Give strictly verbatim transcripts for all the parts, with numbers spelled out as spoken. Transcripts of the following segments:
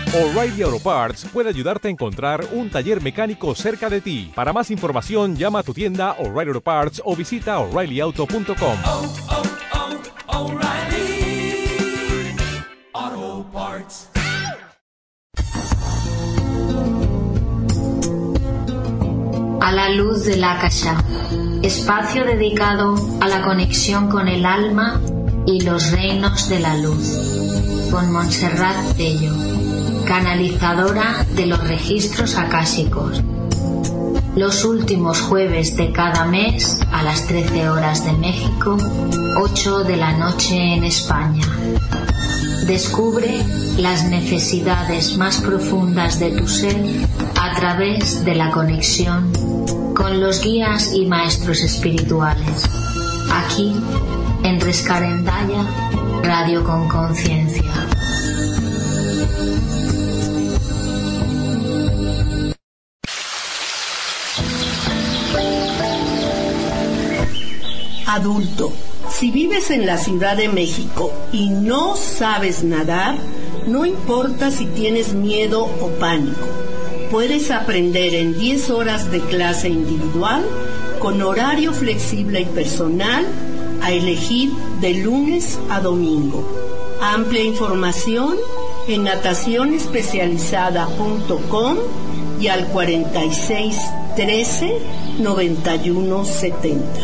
O'Reilly Auto Parts puede ayudarte a encontrar un taller mecánico cerca de ti. Para más información, llama a tu tienda O'Reilly Auto Parts o visita O'Reilly Auto punto com. Oh, oh, oh, O'Reilly Auto Parts. A la luz del Akasha, espacio dedicado a la conexión con el alma y los reinos de la luz, con Montserrat Tello, canalizadora de los registros acásicos. Los últimos jueves de cada mes a las trece horas de México, ocho de la noche en España. Descubre las necesidades más profundas de tu ser a través de la conexión con los guías y maestros espirituales. Aquí, en Rescarendaya, Radio con Conciencia. Adulto, si vives en la Ciudad de México y no sabes nadar, no importa si tienes miedo o pánico. Puedes aprender en diez horas de clase individual, con horario flexible y personal, a elegir de lunes a domingo. Amplia información en natación especializada punto com y al cuarenta y seis trece noventa y uno setenta.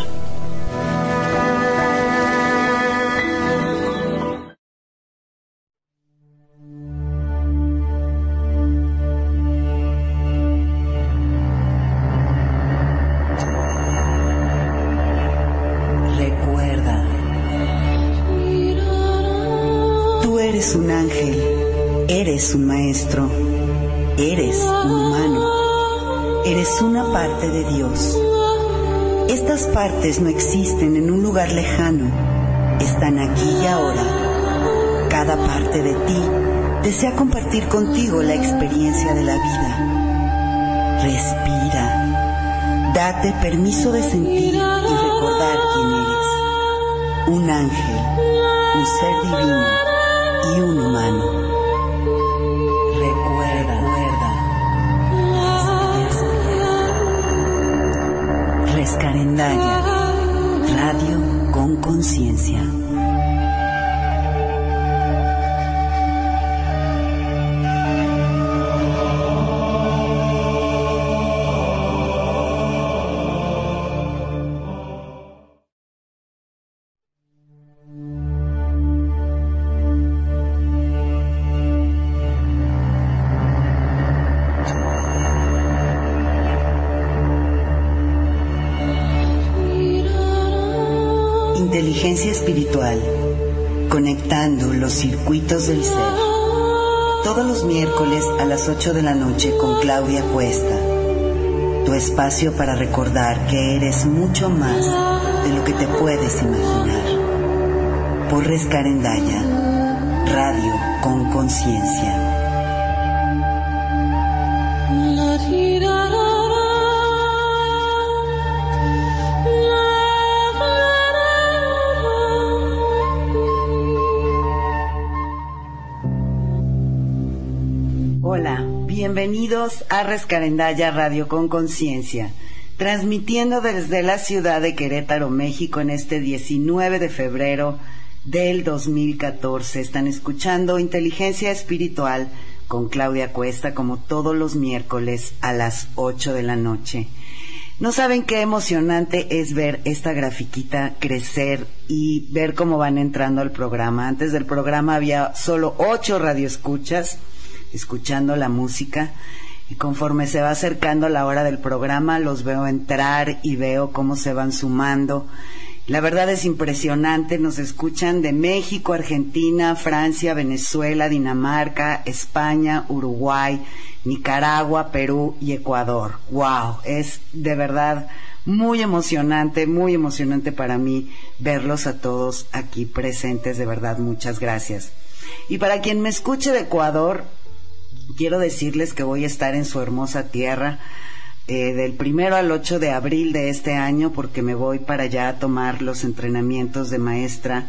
Eres un maestro, eres un humano, eres una parte de Dios. Estas partes no existen en un lugar lejano, están aquí y ahora. Cada parte de ti desea compartir contigo la experiencia de la vida. Respira, date permiso de sentir y recordar quién eres. Un ángel, un ser divino y un humano. Rescarendaya, Radio con Conciencia. Inteligencia espiritual, conectando los circuitos del ser. Todos los miércoles a las ocho de la noche con Claudia Cuesta. Tu espacio para recordar que eres mucho más de lo que te puedes imaginar. Por Rescarendaya, Radio con Conciencia. Bienvenidos a Rescarendaya Radio con Conciencia, transmitiendo desde la ciudad de Querétaro, México, en este diecinueve de febrero del dos mil catorce. Están escuchando Inteligencia Espiritual con Claudia Cuesta, como todos los miércoles a las ocho de la noche. No saben qué emocionante es ver esta grafiquita crecer y ver cómo van entrando al programa. Antes del programa había solo ocho radioescuchas escuchando la música, y conforme se va acercando la hora del programa los veo entrar y veo cómo se van sumando. La verdad es impresionante. Nos escuchan de México, Argentina, Francia, Venezuela, Dinamarca, España, Uruguay, Nicaragua, Perú y Ecuador. ¡Wow! Es de verdad muy emocionante, muy emocionante para mí verlos a todos aquí presentes. De verdad, muchas gracias. Y para quien me escuche de Ecuador, quiero decirles que voy a estar en su hermosa tierra eh, del primero al ocho de abril de este año, porque me voy para allá a tomar los entrenamientos de maestra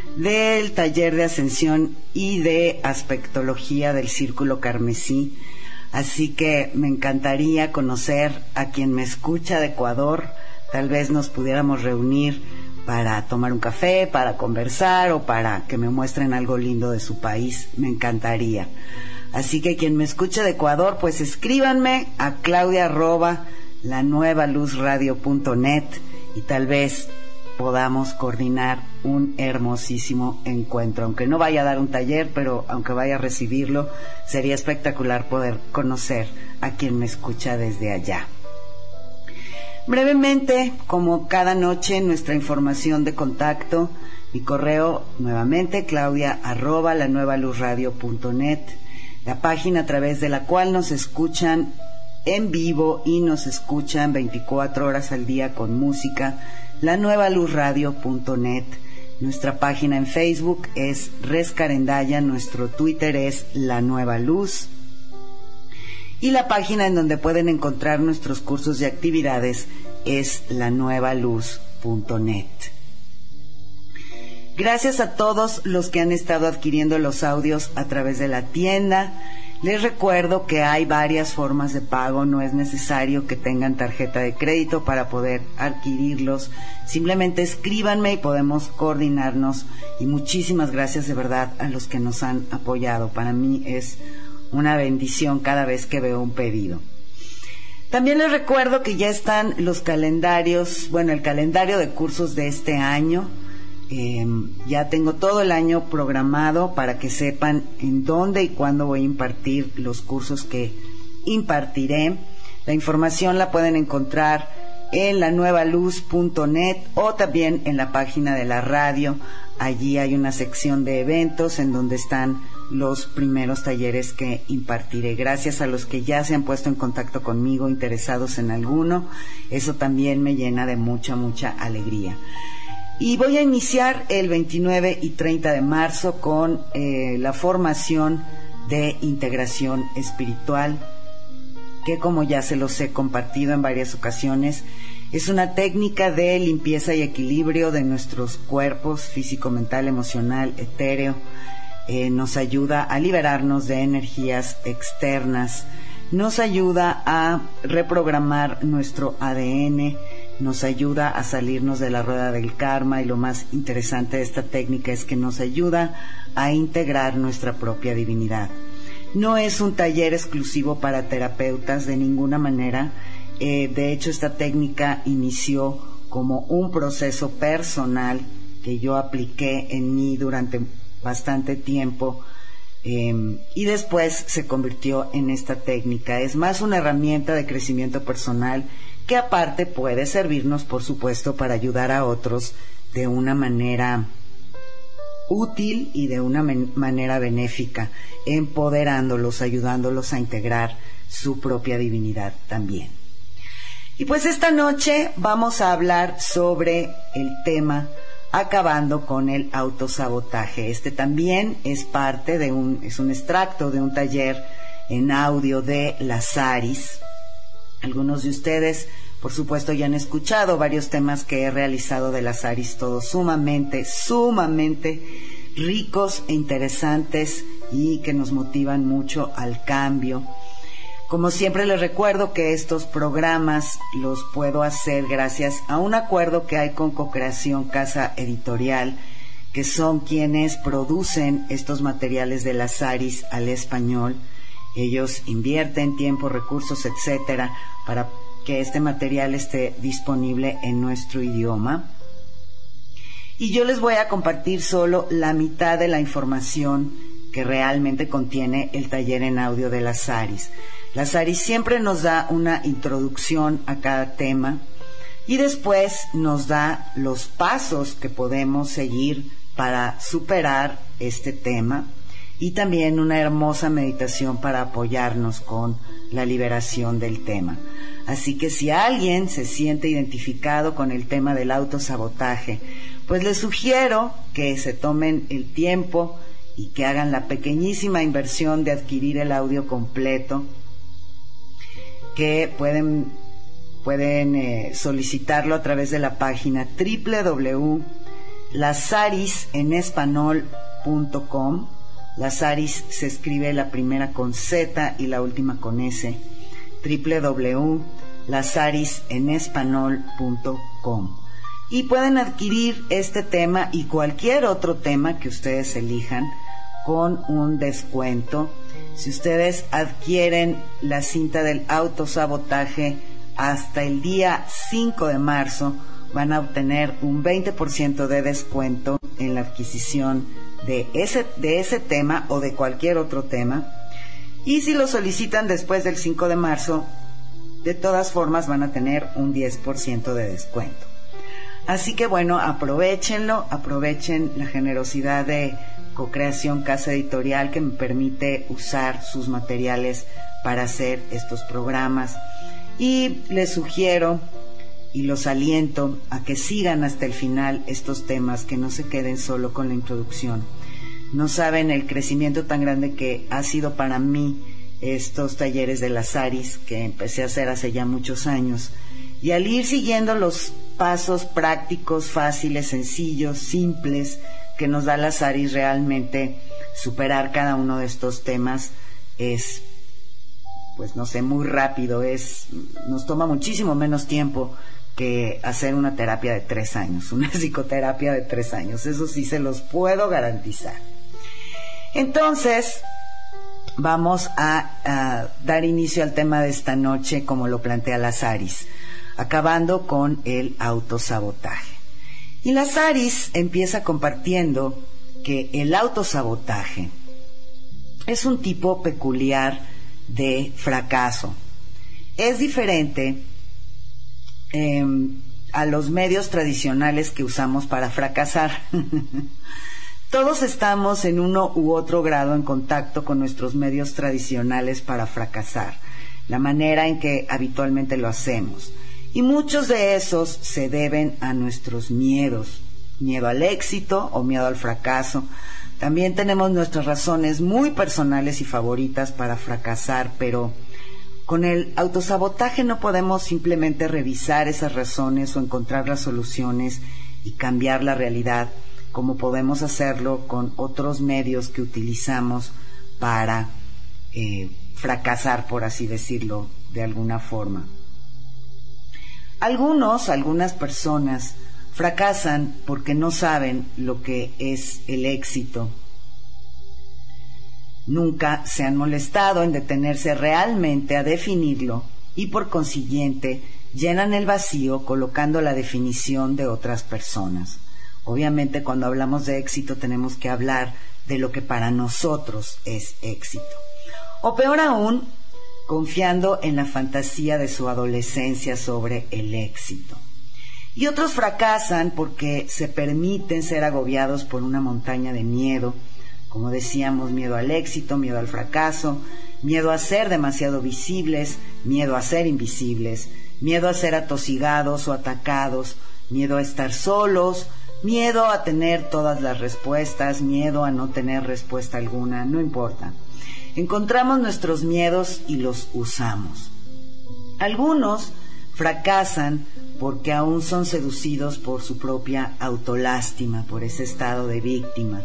del taller de ascensión y de aspectología del Círculo Carmesí. Así que me encantaría conocer a quien me escucha de Ecuador. Tal vez nos pudiéramos reunir para tomar un café, para conversar o para que me muestren algo lindo de su país. Me encantaría. Así que quien me escucha de Ecuador, pues escríbanme a claudia arroba la nueva luz radio punto net y tal vez podamos coordinar un hermosísimo encuentro. Aunque no vaya a dar un taller, pero aunque vaya a recibirlo, sería espectacular poder conocer a quien me escucha desde allá. Brevemente, como cada noche, nuestra información de contacto, mi correo nuevamente, claudia arroba la nueva luz radio punto net, la página a través de la cual nos escuchan en vivo y nos escuchan veinticuatro horas al día con música, la nueva luz radio punto net. Nuestra página en Facebook es Rescarendaya, nuestro Twitter es La Nueva Luz y la página en donde pueden encontrar nuestros cursos y actividades es la nueva luz punto net. Gracias a todos los que han estado adquiriendo los audios a través de la tienda. Les recuerdo que hay varias formas de pago, no es necesario que tengan tarjeta de crédito para poder adquirirlos. Simplemente escríbanme y podemos coordinarnos. Y muchísimas gracias de verdad a los que nos han apoyado. Para mí es una bendición cada vez que veo un pedido. También les recuerdo que ya están los calendarios, bueno, el calendario de cursos de este año. Eh, ya tengo todo el año programado para que sepan en dónde y cuándo voy a impartir los cursos que impartiré. La información la pueden encontrar en la nueva luz punto net o también en la página de la radio. Allí hay una sección de eventos en donde están los primeros talleres que impartiré. Gracias a los que ya se han puesto en contacto conmigo interesados en alguno. Eso también me llena de mucha, mucha alegría. Y voy a iniciar el veintinueve y treinta de marzo con eh, la formación de integración espiritual, que como ya se los he compartido en varias ocasiones, es una técnica de limpieza y equilibrio de nuestros cuerpos, físico, mental, emocional, etéreo. Eh, nos ayuda a liberarnos de energías externas, nos ayuda a reprogramar nuestro A D N, nos ayuda a salirnos de la rueda del karma y lo más interesante de esta técnica es que nos ayuda a integrar nuestra propia divinidad. No es un taller exclusivo para terapeutas de ninguna manera. Eh, de hecho, esta técnica inició como un proceso personal que yo apliqué en mí durante bastante tiempo. Eh, y después se convirtió en esta técnica. Es más una herramienta de crecimiento personal que aparte puede servirnos, por supuesto, para ayudar a otros de una manera útil y de una manera benéfica, empoderándolos, ayudándolos a integrar su propia divinidad también. Y pues esta noche vamos a hablar sobre el tema acabando con el autosabotaje. Este también es parte de un, es un extracto de un taller en audio de las Aris. Algunos de ustedes, por supuesto, ya han escuchado varios temas que he realizado de las Aris, todos sumamente, sumamente ricos e interesantes y que nos motivan mucho al cambio. Como siempre les recuerdo que estos programas los puedo hacer gracias a un acuerdo que hay con Cocreación Casa Editorial, que son quienes producen estos materiales de las Aris al español. Ellos invierten tiempo, recursos, etcétera, para que este material esté disponible en nuestro idioma. Y yo les voy a compartir solo la mitad de la información que realmente contiene el taller en audio de las Aris. Las Aris siempre nos da una introducción a cada tema y después nos da los pasos que podemos seguir para superar este tema y también una hermosa meditación para apoyarnos con la liberación del tema. Así que si alguien se siente identificado con el tema del autosabotaje, pues les sugiero que se tomen el tiempo y que hagan la pequeñísima inversión de adquirir el audio completo, que pueden, pueden eh, solicitarlo a través de la página doble u doble u doble u lazaris en español punto com. Lazaris se escribe la primera con Z y la última con S. doble u doble u doble u punto lazaris en español punto com. Y pueden adquirir este tema y cualquier otro tema que ustedes elijan con un descuento. Si ustedes adquieren la cinta del autosabotaje hasta el día cinco de marzo, van a obtener un veinte por ciento de descuento en la adquisición de ese, de ese tema o de cualquier otro tema. Y si lo solicitan después del cinco de marzo, de todas formas van a tener un diez por ciento de descuento. Así que bueno, aprovechenlo, aprovechen la generosidad de Cocreación Casa Editorial, que me permite usar sus materiales para hacer estos programas. Y les sugiero y los aliento a que sigan hasta el final estos temas, que no se queden solo con la introducción. No saben el crecimiento tan grande que ha sido para mí estos talleres de Lazaris, que empecé a hacer hace ya muchos años. Y al ir siguiendo los pasos prácticos, fáciles, sencillos, simples, que nos da Lazaris, realmente superar cada uno de estos temas es, pues no sé, muy rápido. Es, nos toma muchísimo menos tiempo que hacer una terapia de tres años, una psicoterapia de tres años. Eso sí se los puedo garantizar. Entonces, vamos a, a dar inicio al tema de esta noche, como lo plantea Lazaris, acabando con el autosabotaje. Y Lazaris empieza compartiendo que el autosabotaje es un tipo peculiar de fracaso. Es diferente eh, a los medios tradicionales que usamos para fracasar. Todos estamos en uno u otro grado en contacto con nuestros medios tradicionales para fracasar, la manera en que habitualmente lo hacemos. Y muchos de esos se deben a nuestros miedos, miedo al éxito o miedo al fracaso. También tenemos nuestras razones muy personales y favoritas para fracasar, pero con el autosabotaje no podemos simplemente revisar esas razones o encontrar las soluciones y cambiar la realidad, como podemos hacerlo con otros medios que utilizamos para eh, fracasar, por así decirlo, de alguna forma. Algunos, algunas personas fracasan porque no saben lo que es el éxito. Nunca se han molestado en detenerse realmente a definirlo y por consiguiente llenan el vacío colocando la definición de otras personas. Obviamente, cuando hablamos de éxito tenemos que hablar de lo que para nosotros es éxito. O peor aún, confiando en la fantasía de su adolescencia sobre el éxito. Y otros fracasan porque se permiten ser agobiados por una montaña de miedo, como decíamos, miedo al éxito, miedo al fracaso, miedo a ser demasiado visibles, miedo a ser invisibles, miedo a ser atosigados o atacados, miedo a estar solos, miedo a tener todas las respuestas, miedo a no tener respuesta alguna, no importa. Encontramos nuestros miedos y los usamos. Algunos fracasan porque aún son seducidos por su propia autolástima, por ese estado de víctima.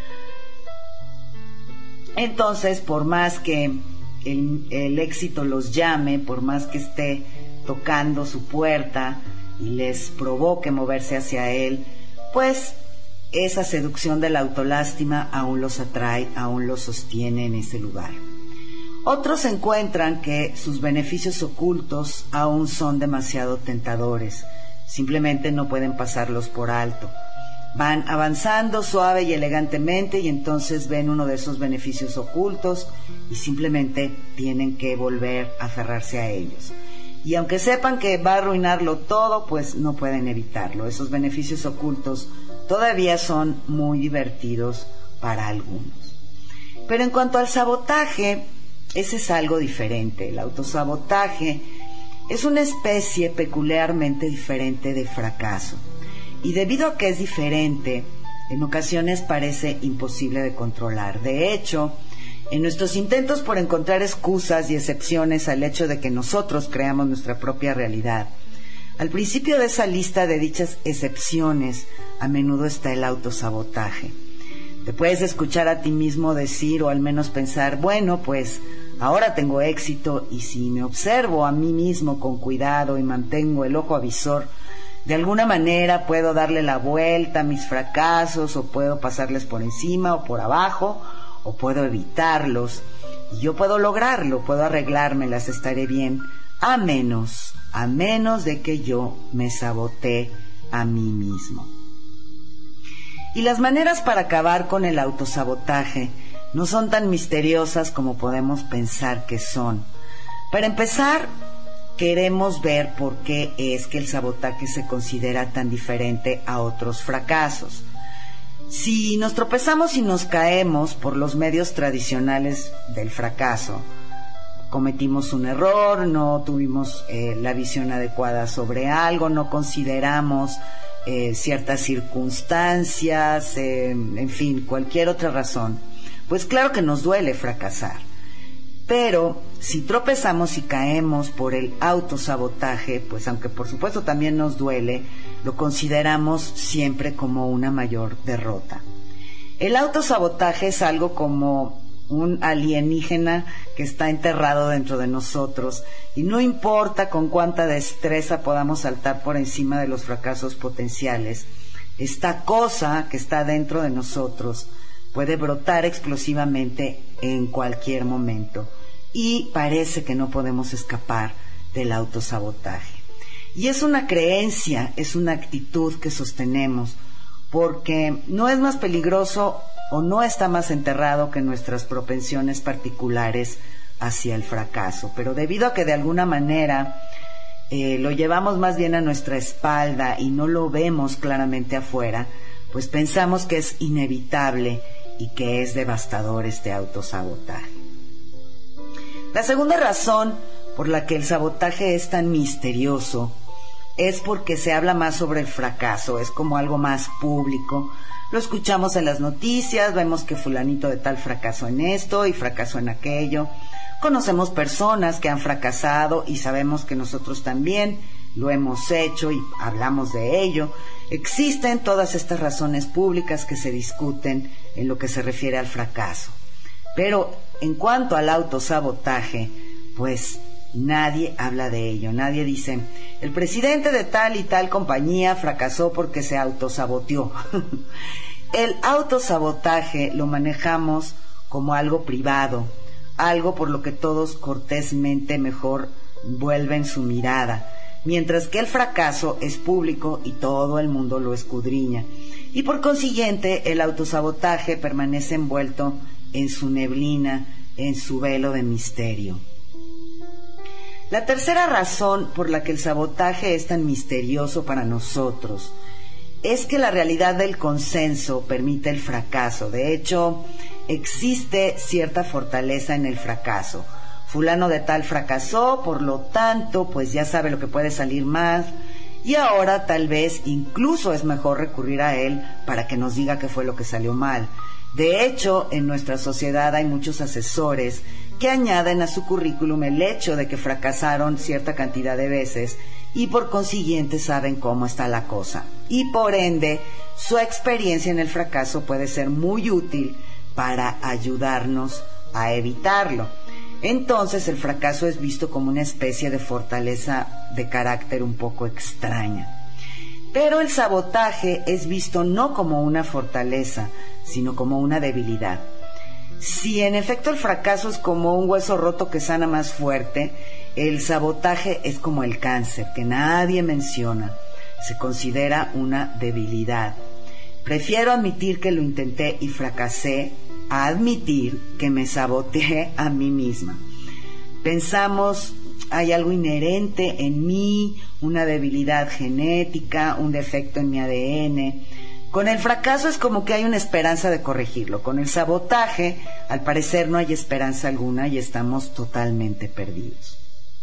Entonces, por más que el, el éxito los llame, por más que esté tocando su puerta y les provoque moverse hacia él, pues esa seducción de la autolástima aún los atrae, aún los sostiene en ese lugar. Otros encuentran que sus beneficios ocultos aún son demasiado tentadores, simplemente no pueden pasarlos por alto. Van avanzando suave y elegantemente y entonces ven uno de esos beneficios ocultos y simplemente tienen que volver a aferrarse a ellos. Y aunque sepan que va a arruinarlo todo, pues no pueden evitarlo. Esos beneficios ocultos todavía son muy divertidos para algunos. Pero en cuanto al sabotaje, ese es algo diferente. El autosabotaje es una especie peculiarmente diferente de fracaso. Y debido a que es diferente, en ocasiones parece imposible de controlar. De hecho, en nuestros intentos por encontrar excusas y excepciones al hecho de que nosotros creamos nuestra propia realidad, al principio de esa lista de dichas excepciones a menudo está el autosabotaje. Te puedes escuchar a ti mismo decir, o al menos pensar, bueno, pues ahora tengo éxito, y si me observo a mí mismo con cuidado y mantengo el ojo avisor, de alguna manera puedo darle la vuelta a mis fracasos, o puedo pasarles por encima o por abajo, o puedo evitarlos, y yo puedo lograrlo, puedo arreglármelas, estaré bien, a menos, a menos de que yo me sabotee a mí mismo. Y las maneras para acabar con el autosabotaje no son tan misteriosas como podemos pensar que son. Para empezar, queremos ver por qué es que el sabotaje se considera tan diferente a otros fracasos. Si nos tropezamos y nos caemos por los medios tradicionales del fracaso, cometimos un error, no tuvimos eh, la visión adecuada sobre algo, no consideramos eh, ciertas circunstancias, eh, en fin, cualquier otra razón, pues claro que nos duele fracasar. Pero si tropezamos y caemos por el autosabotaje, pues aunque por supuesto también nos duele, lo consideramos siempre como una mayor derrota. El autosabotaje es algo como un alienígena que está enterrado dentro de nosotros, y no importa con cuánta destreza podamos saltar por encima de los fracasos potenciales, esta cosa que está dentro de nosotros puede brotar explosivamente en cualquier momento, y parece que no podemos escapar del autosabotaje. Y es una creencia, es una actitud que sostenemos, porque no es más peligroso o no está más enterrado que nuestras propensiones particulares hacia el fracaso, pero debido a que de alguna manera eh, lo llevamos más bien a nuestra espalda y no lo vemos claramente afuera, pues pensamos que es inevitable y que es devastador este autosabotaje. La segunda razón por la que el sabotaje es tan misterioso es porque se habla más sobre el fracaso, es como algo más público. Lo escuchamos en las noticias, vemos que fulanito de tal fracasó en esto y fracasó en aquello. Conocemos personas que han fracasado y sabemos que nosotros también lo hemos hecho y hablamos de ello. Existen todas estas razones públicas que se discuten en lo que se refiere al fracaso. Pero en cuanto al autosabotaje, pues nadie habla de ello. Nadie dice, el presidente de tal y tal compañía fracasó porque se autosaboteó. El autosabotaje lo manejamos como algo privado, algo por lo que todos cortésmente mejor vuelven su mirada, mientras que el fracaso es público y todo el mundo lo escudriña. Y por consiguiente, el autosabotaje permanece envuelto en su neblina, en su velo de misterio. La tercera razón por la que el sabotaje es tan misterioso para nosotros es que la realidad del consenso permite el fracaso. De hecho, existe cierta fortaleza en el fracaso. Fulano de tal fracasó, por lo tanto, pues ya sabe lo que puede salir mal, y ahora tal vez incluso es mejor recurrir a él para que nos diga qué fue lo que salió mal. De hecho, en nuestra sociedad hay muchos asesores que añaden a su currículum el hecho de que fracasaron cierta cantidad de veces y por consiguiente saben cómo está la cosa. Y por ende, su experiencia en el fracaso puede ser muy útil para ayudarnos a evitarlo. Entonces, el fracaso es visto como una especie de fortaleza de carácter un poco extraña. Pero el sabotaje es visto no como una fortaleza, sino como una debilidad. Si en efecto el fracaso es como un hueso roto que sana más fuerte, el sabotaje es como el cáncer, que nadie menciona. Se considera una debilidad. Prefiero admitir que lo intenté y fracasé a admitir que me saboteé a mí misma. Pensamos, hay algo inherente en mí, una debilidad genética, un defecto en mi A D N. Con el fracaso es como que hay una esperanza de corregirlo. Con el sabotaje, al parecer, no hay esperanza alguna y estamos totalmente perdidos.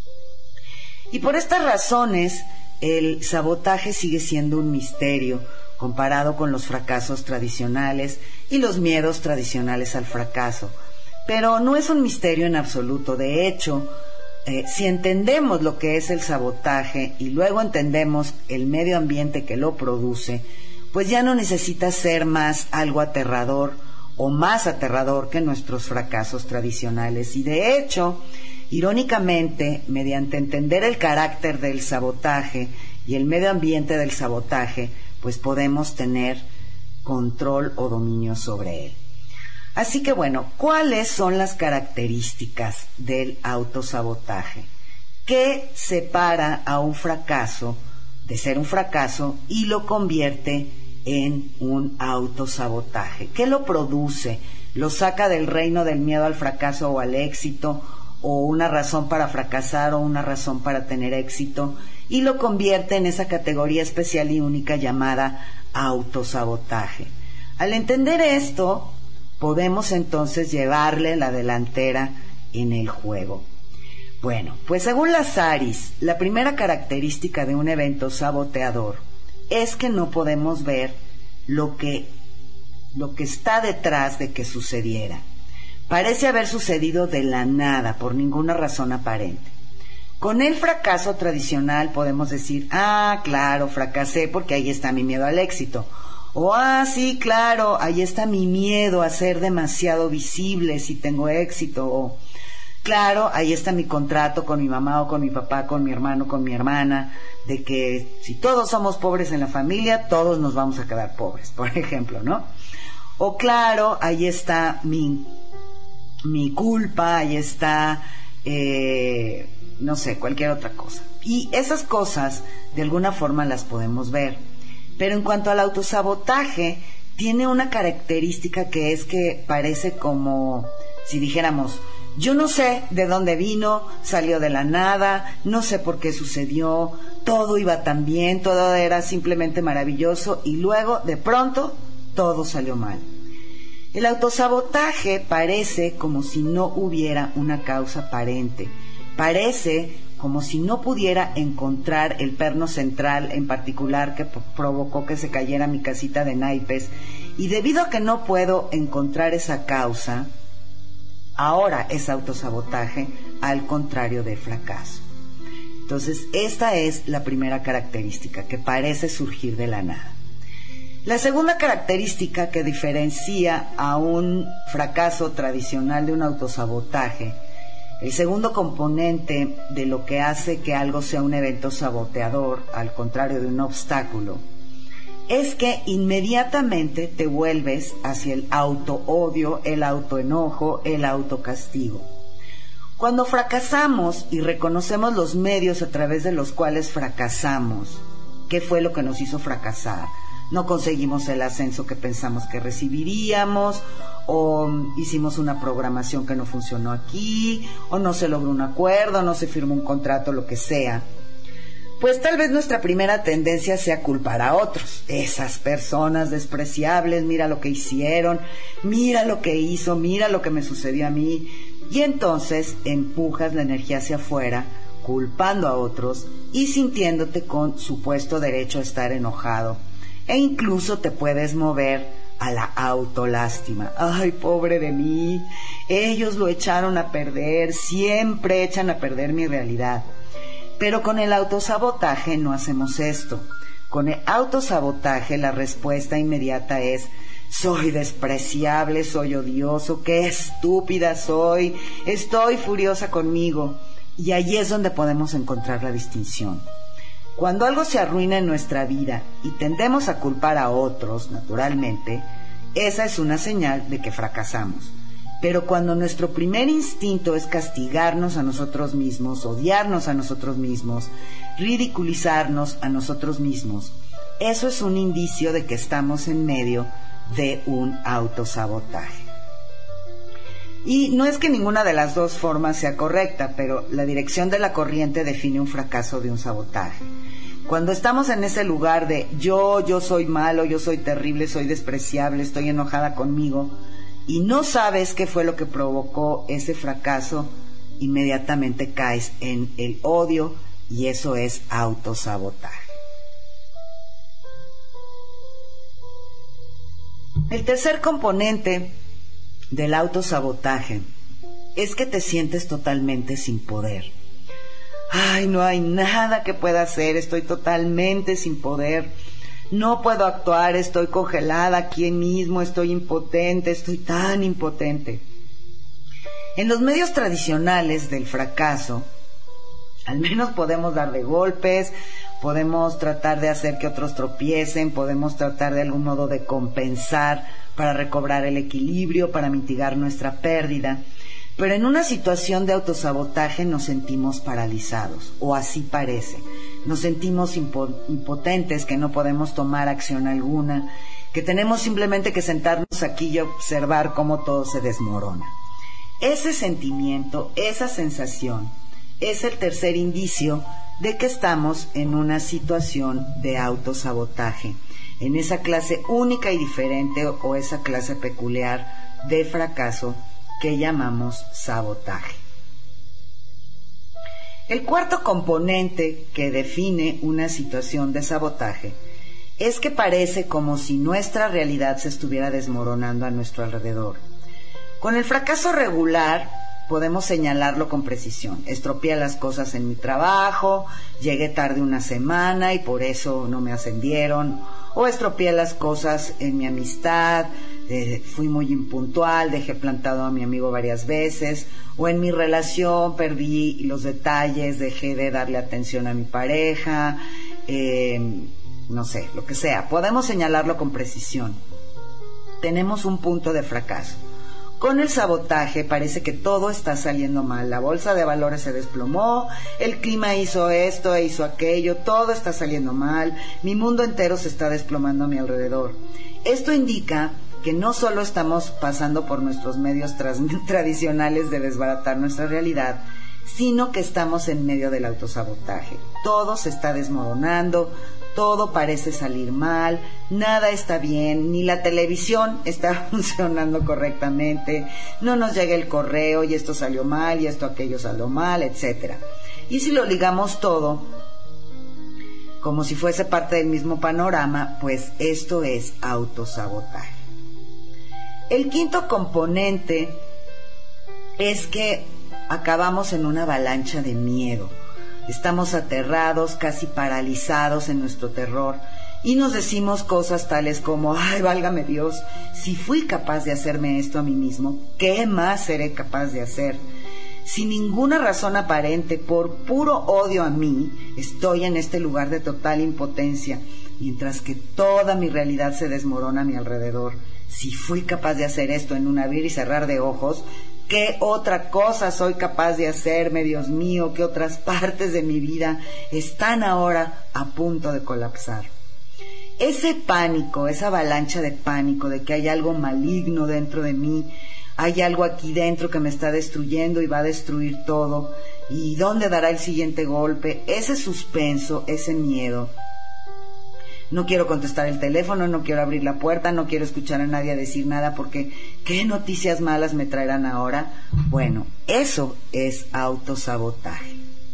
Y por estas razones, el sabotaje sigue siendo un misterio comparado con los fracasos tradicionales y los miedos tradicionales al fracaso. Pero no es un misterio en absoluto. De hecho, eh, si entendemos lo que es el sabotaje y luego entendemos el medio ambiente que lo produce, pues ya no necesita ser más algo aterrador o más aterrador que nuestros fracasos tradicionales. Y de hecho, irónicamente, mediante entender el carácter del sabotaje y el medio ambiente del sabotaje, pues podemos tener control o dominio sobre él. Así que bueno, ¿cuáles son las características del autosabotaje? ¿Qué separa a un fracaso de ser un fracaso y lo convierte en un autosabotaje? ¿Qué lo produce? ¿Lo saca del reino del miedo al fracaso o al éxito, o una razón para fracasar o una razón para tener éxito, y lo convierte en esa categoría especial y única llamada autosabotaje? Al entender esto, podemos entonces llevarle la delantera en el juego. Bueno, pues según las ARIS, la primera característica de un evento saboteador es que no podemos ver lo que, lo que está detrás de que sucediera. Parece haber sucedido de la nada, por ninguna razón aparente. Con el fracaso tradicional podemos decir, ah, claro, fracasé porque ahí está mi miedo al éxito. O, ah, sí, claro, ahí está mi miedo a ser demasiado visible si tengo éxito. O, claro, ahí está mi contrato con mi mamá o con mi papá, con mi hermano, con mi hermana, de que si todos somos pobres en la familia, todos nos vamos a quedar pobres, por ejemplo, ¿no? O, claro, ahí está mi, mi culpa, ahí está, eh, no sé, cualquier otra cosa. Y esas cosas, de alguna forma, las podemos ver. Pero en cuanto al autosabotaje, tiene una característica que es que parece como si dijéramos, yo no sé de dónde vino, salió de la nada, no sé por qué sucedió, todo iba tan bien, todo era simplemente maravilloso y luego, de pronto, todo salió mal. El autosabotaje parece como si no hubiera una causa aparente, parece como si no pudiera encontrar el perno central en particular que provocó que se cayera mi casita de naipes, y debido a que no puedo encontrar esa causa, ahora es autosabotaje, al contrario de fracaso. Entonces, esta es la primera característica, que parece surgir de la nada. La segunda característica que diferencia a un fracaso tradicional de un autosabotaje, el segundo componente de lo que hace que algo sea un evento saboteador, al contrario de un obstáculo, es que inmediatamente te vuelves hacia el autoodio, el autoenojo, el autocastigo. Cuando fracasamos y reconocemos los medios a través de los cuales fracasamos, ¿qué fue lo que nos hizo fracasar? No conseguimos el ascenso que pensamos que recibiríamos, o hicimos una programación que no funcionó aquí, o no se logró un acuerdo, no se firmó un contrato, lo que sea. Pues tal vez nuestra primera tendencia sea culpar a otros. Esas personas despreciables, mira lo que hicieron, mira lo que hizo, mira lo que me sucedió a mí. Y entonces empujas la energía hacia afuera, culpando a otros y sintiéndote con supuesto derecho a estar enojado. E incluso te puedes mover a la autolástima. Ay, pobre de mí, ellos lo echaron a perder, siempre echan a perder mi realidad. Pero con el autosabotaje no hacemos esto. Con el autosabotaje la respuesta inmediata es: soy despreciable, soy odioso, qué estúpida soy, estoy furiosa conmigo. Y allí es donde podemos encontrar la distinción. Cuando algo se arruina en nuestra vida y tendemos a culpar a otros, naturalmente, esa es una señal de que fracasamos. Pero cuando nuestro primer instinto es castigarnos a nosotros mismos, odiarnos a nosotros mismos, ridiculizarnos a nosotros mismos, eso es un indicio de que estamos en medio de un autosabotaje. Y no es que ninguna de las dos formas sea correcta, pero la dirección de la corriente define un fracaso de un sabotaje. Cuando estamos en ese lugar de yo, yo soy malo, yo soy terrible, soy despreciable, estoy enojada conmigo, y no sabes qué fue lo que provocó ese fracaso, inmediatamente caes en el odio, y eso es autosabotaje. El tercer componente del autosabotaje es que te sientes totalmente sin poder. Ay, no hay nada que pueda hacer, estoy totalmente sin poder, no puedo actuar, estoy congelada aquí mismo, estoy impotente, estoy tan impotente. En los medios tradicionales del fracaso, al menos podemos dar de golpes, podemos tratar de hacer que otros tropiecen, podemos tratar de algún modo de compensar para recobrar el equilibrio, para mitigar nuestra pérdida. Pero en una situación de autosabotaje nos sentimos paralizados, o así parece. Nos sentimos impotentes, que no podemos tomar acción alguna, que tenemos simplemente que sentarnos aquí y observar cómo todo se desmorona. Ese sentimiento, esa sensación, es el tercer indicio de que estamos en una situación de autosabotaje, en esa clase única y diferente o esa clase peculiar de fracaso que llamamos sabotaje. El cuarto componente que define una situación de sabotaje es que parece como si nuestra realidad se estuviera desmoronando a nuestro alrededor. Con el fracaso regular podemos señalarlo con precisión. Estropeé las cosas en mi trabajo, llegué tarde una semana y por eso no me ascendieron, o estropeé las cosas en mi amistad, eh, fui muy impuntual, dejé plantado a mi amigo varias veces, o en mi relación perdí los detalles, dejé de darle atención a mi pareja, eh, no sé, lo que sea. Podemos señalarlo con precisión. Tenemos un punto de fracaso. Con el sabotaje parece que todo está saliendo mal. La bolsa de valores se desplomó, el clima hizo esto e hizo aquello, todo está saliendo mal, mi mundo entero se está desplomando a mi alrededor. Esto indica que no solo estamos pasando por nuestros medios tradicionales de desbaratar nuestra realidad, sino que estamos en medio del autosabotaje. Todo se está desmoronando, todo parece salir mal, nada está bien, ni la televisión está funcionando correctamente, no nos llega el correo y esto salió mal y esto aquello salió mal, etcétera. Y si lo ligamos todo, como si fuese parte del mismo panorama, pues esto es autosabotaje. El quinto componente es que acabamos en una avalancha de miedo. Estamos aterrados, casi paralizados en nuestro terror y nos decimos cosas tales como: ay, válgame Dios, si fui capaz de hacerme esto a mí mismo, ¿qué más seré capaz de hacer? Sin ninguna razón aparente, por puro odio a mí, estoy en este lugar de total impotencia, mientras que toda mi realidad se desmorona a mi alrededor. Si fui capaz de hacer esto en un abrir y cerrar de ojos, ¿qué otra cosa soy capaz de hacerme, Dios mío? ¿Qué otras partes de mi vida están ahora a punto de colapsar? Ese pánico, esa avalancha de pánico de que hay algo maligno dentro de mí, hay algo aquí dentro que me está destruyendo y va a destruir todo, ¿y dónde dará el siguiente golpe? Ese suspenso, ese miedo. No quiero contestar el teléfono, no quiero abrir la puerta, no quiero escuchar a nadie decir nada porque ¿qué noticias malas me traerán ahora? Bueno, eso es autosabotaje.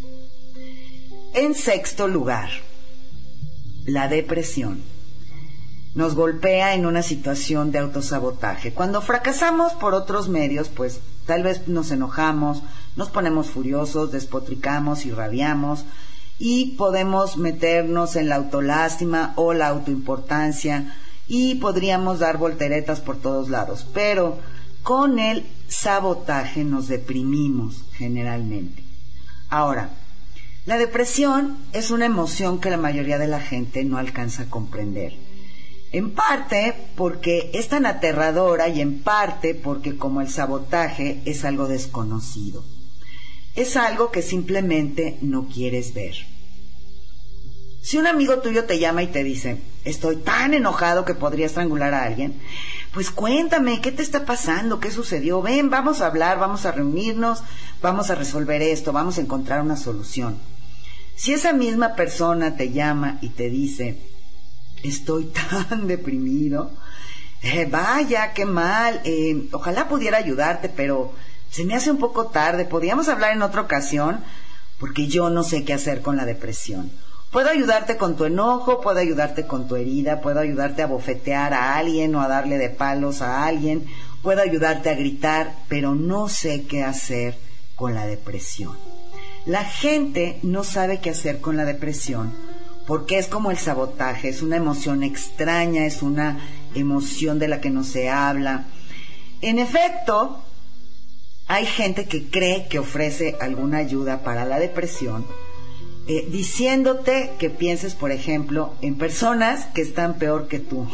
En sexto lugar, la depresión nos golpea en una situación de autosabotaje. Cuando fracasamos por otros medios, pues tal vez nos enojamos, nos ponemos furiosos, despotricamos y rabiamos, y podemos meternos en la autolástima o la autoimportancia y podríamos dar volteretas por todos lados, pero con el sabotaje nos deprimimos generalmente. Ahora, la depresión es una emoción que la mayoría de la gente no alcanza a comprender, en parte porque es tan aterradora y en parte porque, como el sabotaje, es algo desconocido. Es algo que simplemente no quieres ver. Si un amigo tuyo te llama y te dice: estoy tan enojado que podría estrangular a alguien, pues cuéntame, ¿qué te está pasando? ¿Qué sucedió? Ven, vamos a hablar, vamos a reunirnos, vamos a resolver esto, vamos a encontrar una solución. Si esa misma persona te llama y te dice: estoy tan deprimido, eh, vaya, qué mal, eh, ojalá pudiera ayudarte, pero se me hace un poco tarde, ¿podríamos hablar en otra ocasión? Porque yo no sé qué hacer con la depresión. Puedo ayudarte con tu enojo, puedo ayudarte con tu herida, puedo ayudarte a bofetear a alguien o a darle de palos a alguien, puedo ayudarte a gritar, pero no sé qué hacer con la depresión. La gente no sabe qué hacer con la depresión porque es como el sabotaje, es una emoción extraña, es una emoción de la que no se habla. En efecto, hay gente que cree que ofrece alguna ayuda para la depresión, eh, diciéndote que pienses, por ejemplo, en personas que están peor que tú.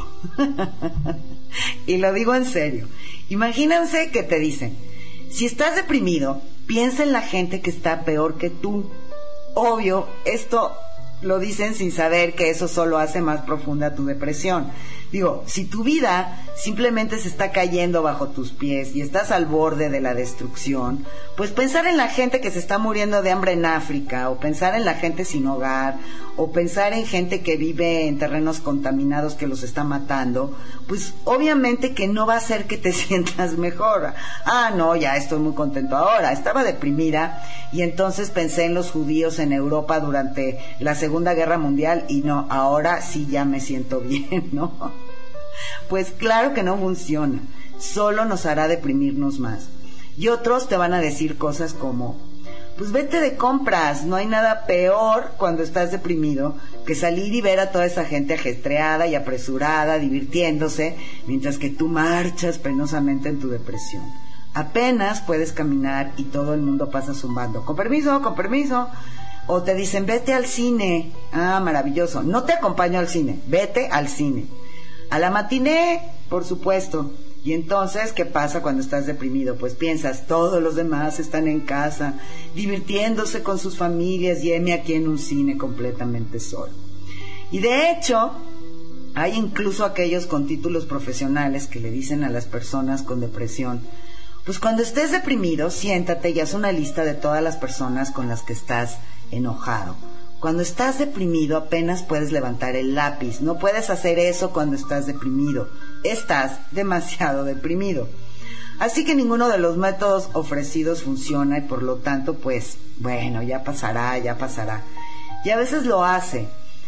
Y lo digo en serio. Imagínense que te dicen, si estás deprimido, piensa en la gente que está peor que tú. Obvio, esto lo dicen sin saber que eso solo hace más profunda tu depresión. Digo, si tu vida simplemente se está cayendo bajo tus pies y estás al borde de la destrucción, pues pensar en la gente que se está muriendo de hambre en África, o pensar en la gente sin hogar, o pensar en gente que vive en terrenos contaminados que los está matando, pues obviamente que no va a hacer que te sientas mejor. Ah, no, ya estoy muy contento ahora. Estaba deprimida y entonces pensé en los judíos en Europa durante la Segunda Guerra Mundial y no, ahora sí ya me siento bien, ¿no? Pues claro que no funciona, solo nos hará deprimirnos más. Y otros te van a decir cosas como, pues vete de compras, no hay nada peor cuando estás deprimido que salir y ver a toda esa gente ajetreada y apresurada, divirtiéndose, mientras que tú marchas penosamente en tu depresión. Apenas puedes caminar y todo el mundo pasa zumbando, con permiso, con permiso. O te dicen, vete al cine. Ah, maravilloso, no te acompaño al cine, vete al cine. A la matiné, por supuesto. Y entonces, ¿qué pasa cuando estás deprimido? Pues piensas, todos los demás están en casa, divirtiéndose con sus familias, y heme aquí en un cine completamente solo. Y de hecho, hay incluso aquellos con títulos profesionales que le dicen a las personas con depresión, pues cuando estés deprimido, siéntate y haz una lista de todas las personas con las que estás enojado. Cuando estás deprimido apenas puedes levantar el lápiz. No puedes hacer eso cuando estás deprimido. Estás demasiado deprimido. Así que ninguno de los métodos ofrecidos funciona y por lo tanto, pues, bueno, ya pasará, ya pasará. Y a veces lo hace.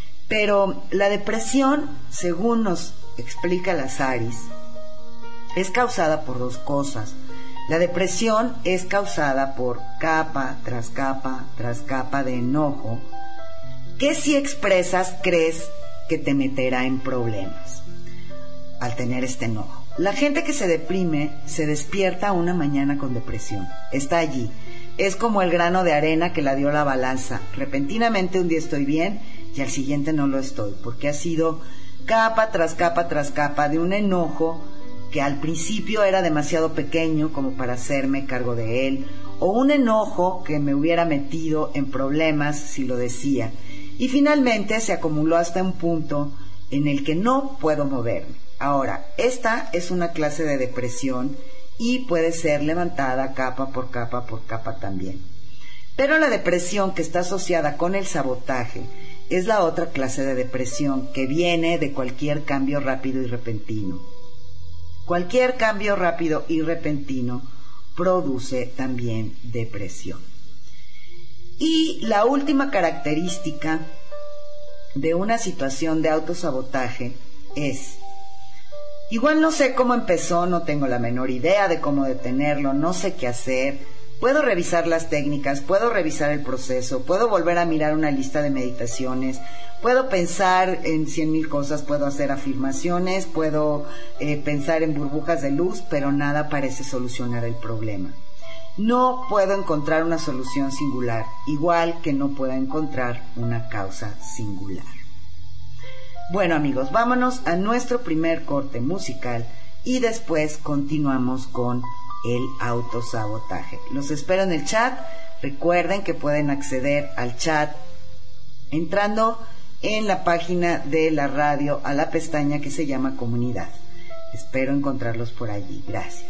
Pero la depresión, según nos explica Lazaris, es causada por dos cosas. La depresión es causada por capa tras capa tras capa de enojo, que si expresas crees que te meterá en problemas al tener este enojo. La gente que se deprime se despierta una mañana con depresión. Está allí. Es como el grano de arena que la dio la balanza. Repentinamente un día estoy bien y al siguiente no lo estoy, porque ha sido capa tras capa tras capa de un enojo que al principio era demasiado pequeño como para hacerme cargo de él, o un enojo que me hubiera metido en problemas si lo decía. Y finalmente se acumuló hasta un punto en el que no puedo moverme. Ahora, esta es una clase de depresión y puede ser levantada capa por capa por capa también. Pero la depresión que está asociada con el sabotaje es la otra clase de depresión que viene de cualquier cambio rápido y repentino. Cualquier cambio rápido y repentino produce también depresión. Y la última característica de una situación de autosabotaje es, igual no sé cómo empezó, no tengo la menor idea de cómo detenerlo, no sé qué hacer, puedo revisar las técnicas, puedo revisar el proceso, puedo volver a mirar una lista de meditaciones, puedo pensar en cien mil cosas, puedo hacer afirmaciones, puedo eh, pensar en burbujas de luz, pero nada parece solucionar el problema. No puedo encontrar una solución singular, igual que no puedo encontrar una causa singular. Bueno, amigos, vámonos a nuestro primer corte musical y después continuamos con el autosabotaje. Los espero en el chat. Recuerden que pueden acceder al chat entrando en la página de la radio a la pestaña que se llama Comunidad. Espero encontrarlos por allí. Gracias.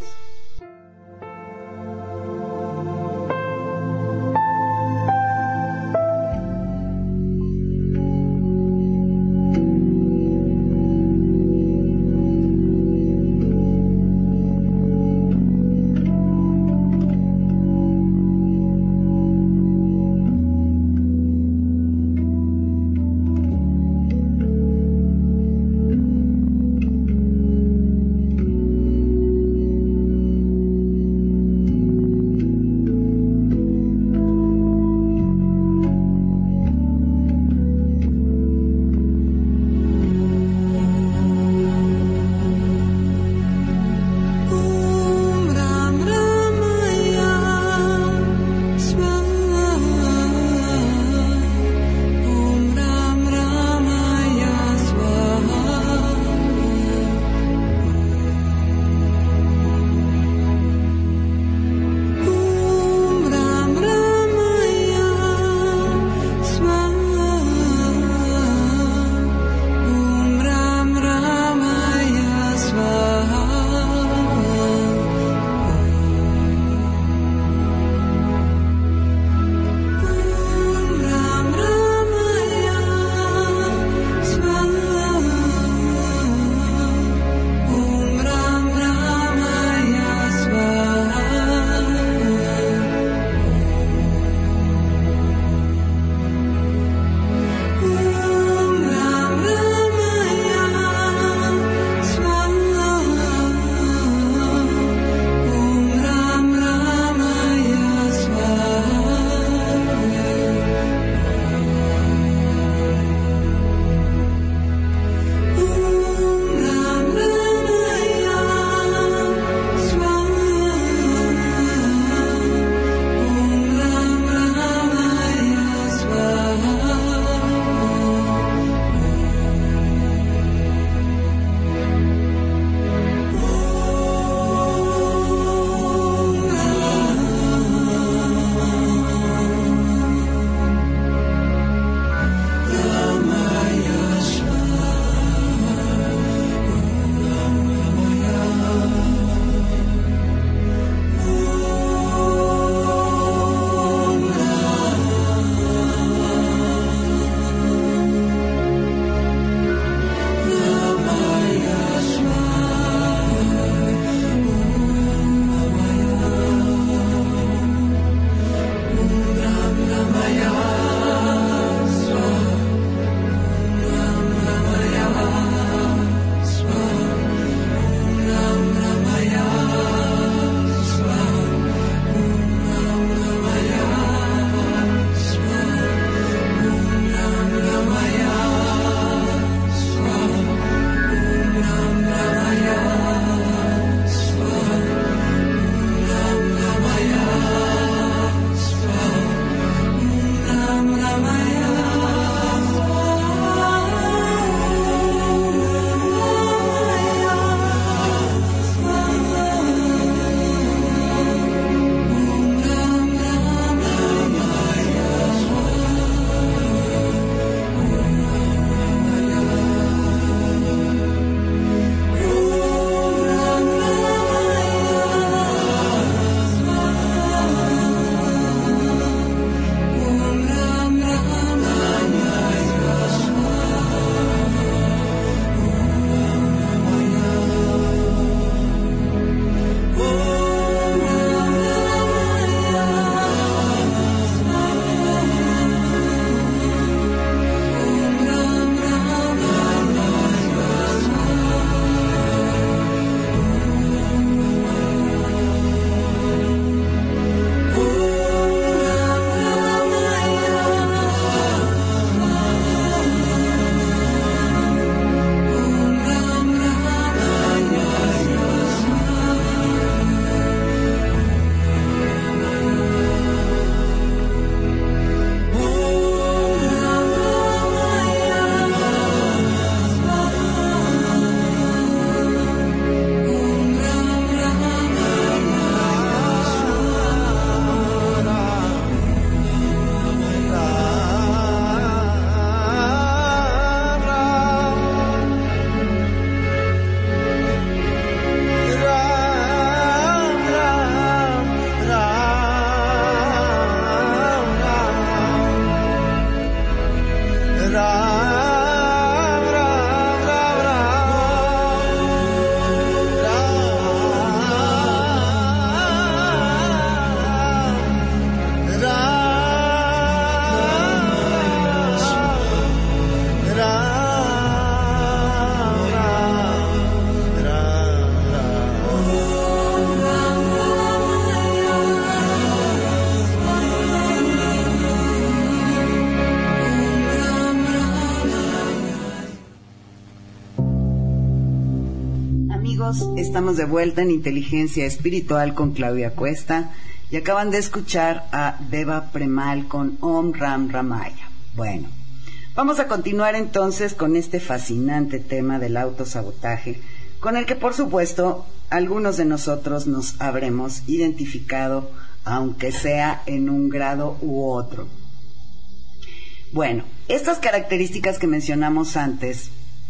amigos, estamos de vuelta en Inteligencia Espiritual con Claudia Cuesta y acaban de escuchar a Deva Premal con Om Ram Ramaya. Bueno, vamos a continuar entonces con este fascinante tema del autosabotaje, con el que por supuesto algunos de nosotros nos habremos identificado, aunque sea en un grado u otro. Bueno, estas características que mencionamos antes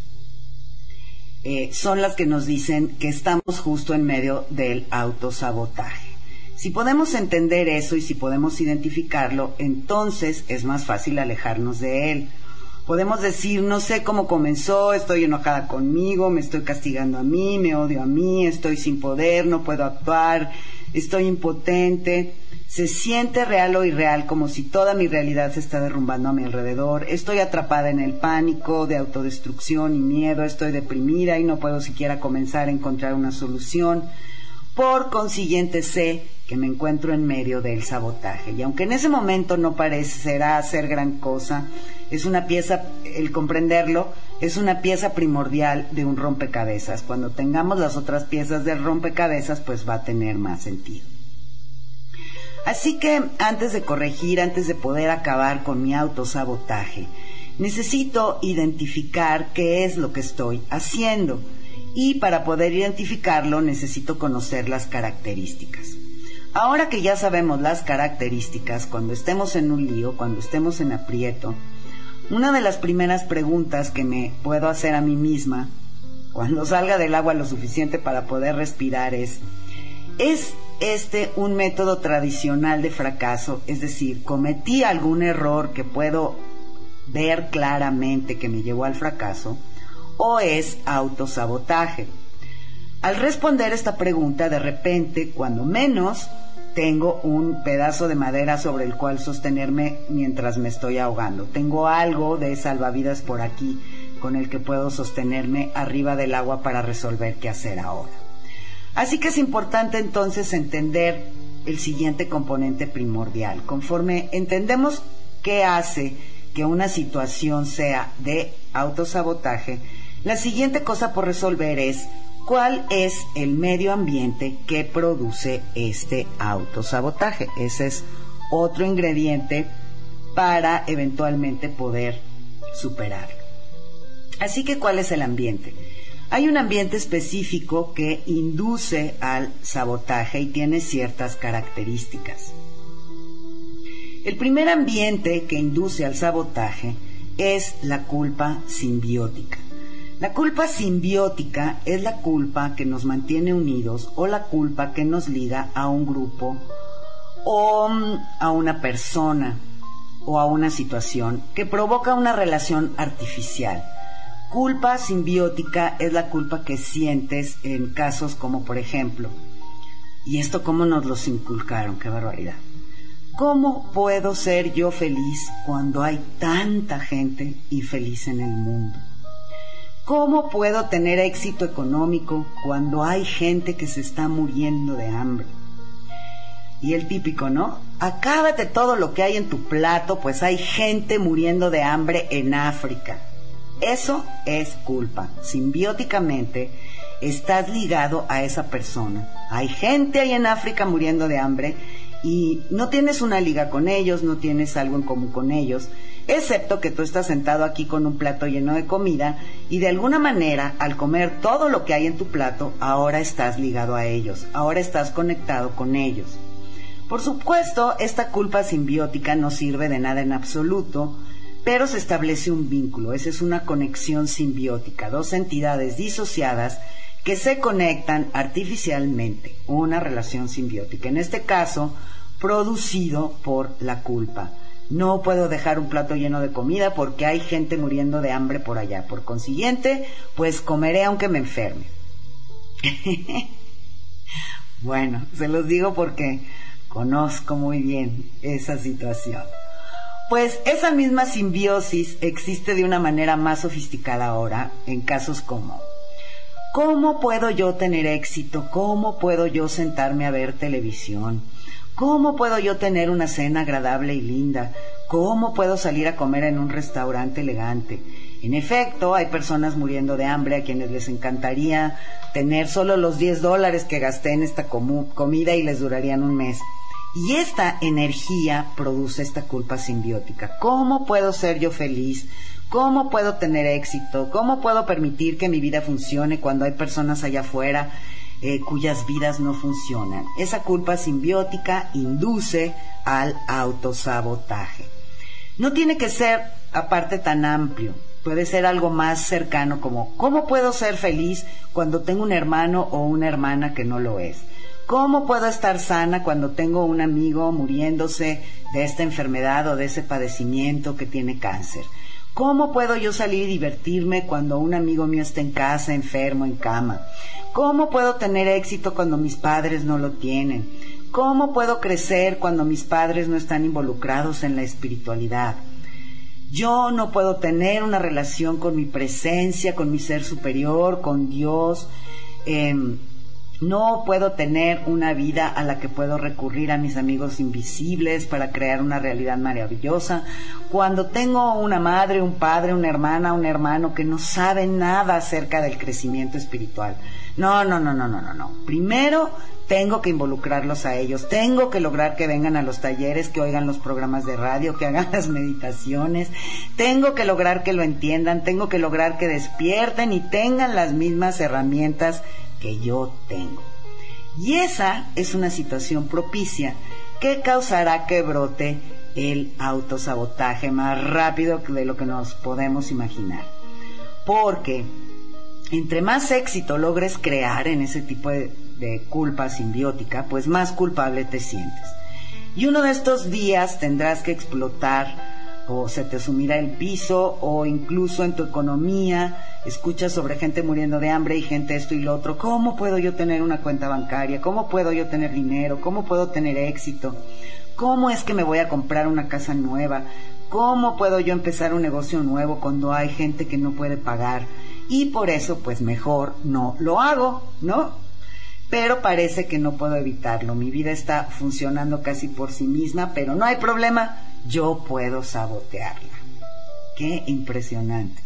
Eh, son las que nos dicen que estamos justo en medio del autosabotaje. Si podemos entender eso y si podemos identificarlo, entonces es más fácil alejarnos de él. Podemos decir, no sé cómo comenzó, estoy enojada conmigo, me estoy castigando a mí, me odio a mí, estoy sin poder, no puedo actuar, estoy impotente. Se siente real o irreal, como si toda mi realidad se está derrumbando a mi alrededor. Estoy atrapada en el pánico de autodestrucción y miedo. Estoy deprimida y no puedo siquiera comenzar a encontrar una solución. Por consiguiente, sé que me encuentro en medio del sabotaje. Y aunque en ese momento no parecerá ser gran cosa, es una pieza, el comprenderlo, es una pieza primordial de un rompecabezas. Cuando tengamos las otras piezas del rompecabezas, pues va a tener más sentido. Así que antes de corregir, antes de poder acabar con mi autosabotaje, necesito identificar qué es lo que estoy haciendo. Y para poder identificarlo necesito conocer las características. Ahora que ya sabemos las características, cuando estemos en un lío, cuando estemos en aprieto, una de las primeras preguntas que me puedo hacer a mí misma, cuando salga del agua lo suficiente para poder respirar, es ¿es este un método tradicional de fracaso? Es decir, ¿cometí algún error que puedo ver claramente que me llevó al fracaso? ¿O es autosabotaje? Al responder esta pregunta, de repente, cuando menos, tengo un pedazo de madera sobre el cual sostenerme mientras me estoy ahogando. Tengo algo de salvavidas por aquí con el que puedo sostenerme arriba del agua para resolver qué hacer ahora. Así que es importante entonces entender el siguiente componente primordial. Conforme entendemos qué hace que una situación sea de autosabotaje, la siguiente cosa por resolver es cuál es el medio ambiente que produce este autosabotaje. Ese es otro ingrediente para eventualmente poder superarlo. Así que, ¿cuál es el ambiente? Hay un ambiente específico que induce al sabotaje y tiene ciertas características. El primer ambiente que induce al sabotaje es la culpa simbiótica. La culpa simbiótica es la culpa que nos mantiene unidos o la culpa que nos liga a un grupo o a una persona o a una situación que provoca una relación artificial. Culpa simbiótica es la culpa que sientes en casos como, por ejemplo, y esto cómo nos los inculcaron, qué barbaridad. ¿Cómo puedo ser yo feliz cuando hay tanta gente infeliz en el mundo? ¿Cómo puedo tener éxito económico cuando hay gente que se está muriendo de hambre? Y el típico, ¿no? Acábate todo lo que hay en tu plato, pues hay gente muriendo de hambre en África. Eso es culpa. Simbióticamente estás ligado a esa persona. Hay gente ahí en África muriendo de hambre y no tienes una liga con ellos, no tienes algo en común con ellos, excepto que tú estás sentado aquí con un plato lleno de comida y de alguna manera, al comer todo lo que hay en tu plato, ahora estás ligado a ellos, ahora estás conectado con ellos. Por supuesto, esta culpa simbiótica no sirve de nada en absoluto, pero se establece un vínculo. Esa es una conexión simbiótica, dos entidades disociadas que se conectan artificialmente, una relación simbiótica, en este caso producido por la culpa. No puedo dejar un plato lleno de comida porque hay gente muriendo de hambre por allá, por consiguiente, pues comeré aunque me enferme. Bueno, se los digo porque conozco muy bien esa situación. Pues esa misma simbiosis existe de una manera más sofisticada ahora en casos como: ¿cómo puedo yo tener éxito? ¿Cómo puedo yo sentarme a ver televisión? ¿Cómo puedo yo tener una cena agradable y linda? ¿Cómo puedo salir a comer en un restaurante elegante? En efecto, hay personas muriendo de hambre a quienes les encantaría tener solo los diez dólares que gasté en esta comu- comida y les durarían un mes. Y esta energía produce esta culpa simbiótica. ¿Cómo puedo ser yo feliz? ¿Cómo puedo tener éxito? ¿Cómo puedo permitir que mi vida funcione cuando hay personas allá afuera eh, cuyas vidas no funcionan? Esa culpa simbiótica induce al autosabotaje. No tiene que ser, aparte, tan amplio. Puede ser algo más cercano, como ¿cómo puedo ser feliz cuando tengo un hermano o una hermana que no lo es? ¿Cómo puedo estar sana cuando tengo un amigo muriéndose de esta enfermedad o de ese padecimiento que tiene cáncer? ¿Cómo puedo yo salir y divertirme cuando un amigo mío está en casa, enfermo, en cama? ¿Cómo puedo tener éxito cuando mis padres no lo tienen? ¿Cómo puedo crecer cuando mis padres no están involucrados en la espiritualidad? Yo no puedo tener una relación con mi presencia, con mi ser superior, con Dios. Eh, no puedo tener una vida a la que puedo recurrir a mis amigos invisibles para crear una realidad maravillosa. Cuando tengo una madre, un padre, una hermana, un hermano que no saben nada acerca del crecimiento espiritual. No, no, no, no, no, no, no. Primero tengo que involucrarlos a ellos, tengo que lograr que vengan a los talleres, que oigan los programas de radio, que hagan las meditaciones, tengo que lograr que lo entiendan, tengo que lograr que despierten y tengan las mismas herramientas que yo tengo. Y esa es una situación propicia que causará que brote el autosabotaje más rápido de lo que nos podemos imaginar. Porque entre más éxito logres crear en ese tipo de, de culpa simbiótica, pues más culpable te sientes. Y uno de estos días tendrás que explotar, o se te sumirá el piso, o incluso en tu economía escuchas sobre gente muriendo de hambre y gente esto y lo otro. ¿Cómo puedo yo tener una cuenta bancaria? ¿Cómo puedo yo tener dinero? ¿Cómo puedo tener éxito? ¿Cómo es que me voy a comprar una casa nueva? ¿Cómo puedo yo empezar un negocio nuevo cuando hay gente que no puede pagar? Y por eso, pues mejor no lo hago, ¿no? Pero parece que no puedo evitarlo. Mi vida está funcionando casi por sí misma, pero no hay problema. Yo puedo sabotearla. Qué impresionante.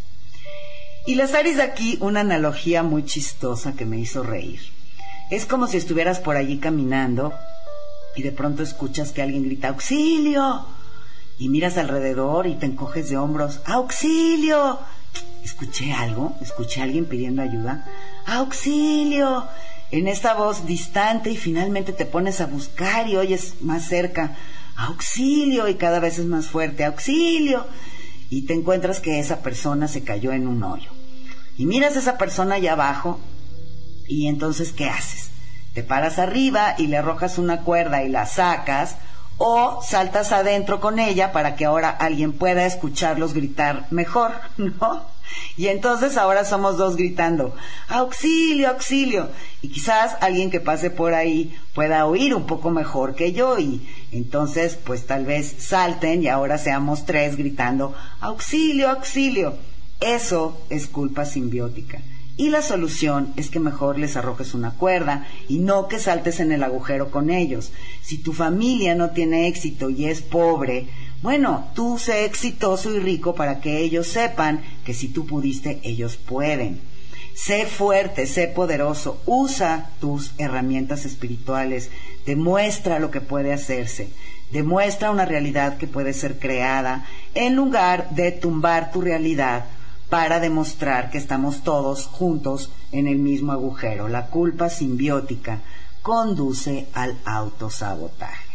Y les haré aquí una analogía muy chistosa que me hizo reír. Es como si estuvieras por allí caminando y de pronto escuchas que alguien grita ¡auxilio! Y miras alrededor y te encoges de hombros ¡auxilio! ¿Escuché algo? ¿Escuché a alguien pidiendo ayuda? ¡auxilio! En esta voz distante, y finalmente te pones a buscar y oyes más cerca ¡auxilio! Y cada vez es más fuerte ¡auxilio! Y te encuentras que esa persona se cayó en un hoyo. Y miras a esa persona allá abajo, y entonces ¿qué haces? Te paras arriba y le arrojas una cuerda y la sacas, o saltas adentro con ella para que ahora alguien pueda escucharlos gritar mejor, ¿no? Y entonces ahora somos dos gritando ¡auxilio, auxilio! Y quizás alguien que pase por ahí pueda oír un poco mejor que yo, y entonces pues tal vez salten y ahora seamos tres gritando ¡auxilio, auxilio! Eso es culpa simbiótica. Y la solución es que mejor les arrojes una cuerda y no que saltes en el agujero con ellos. Si tu familia no tiene éxito y es pobre, bueno, tú sé exitoso y rico para que ellos sepan que si tú pudiste, ellos pueden. Sé fuerte, sé poderoso, usa tus herramientas espirituales, demuestra lo que puede hacerse, demuestra una realidad que puede ser creada, en lugar de tumbar tu realidad para demostrar que estamos todos juntos en el mismo agujero. La culpa simbiótica conduce al autosabotaje.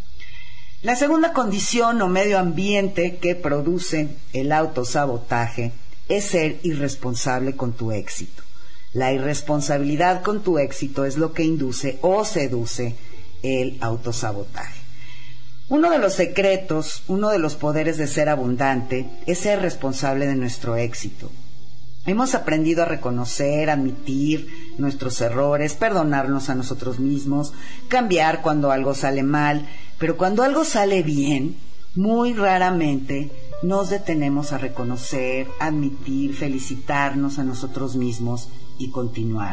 La segunda condición o medio ambiente que produce el autosabotaje es ser irresponsable con tu éxito. La irresponsabilidad con tu éxito es lo que induce o seduce el autosabotaje. Uno de los secretos, uno de los poderes de ser abundante es ser responsable de nuestro éxito. Hemos aprendido a reconocer, admitir nuestros errores, perdonarnos a nosotros mismos, cambiar cuando algo sale mal, pero cuando algo sale bien, muy raramente nos detenemos a reconocer, admitir, felicitarnos a nosotros mismos y continuar.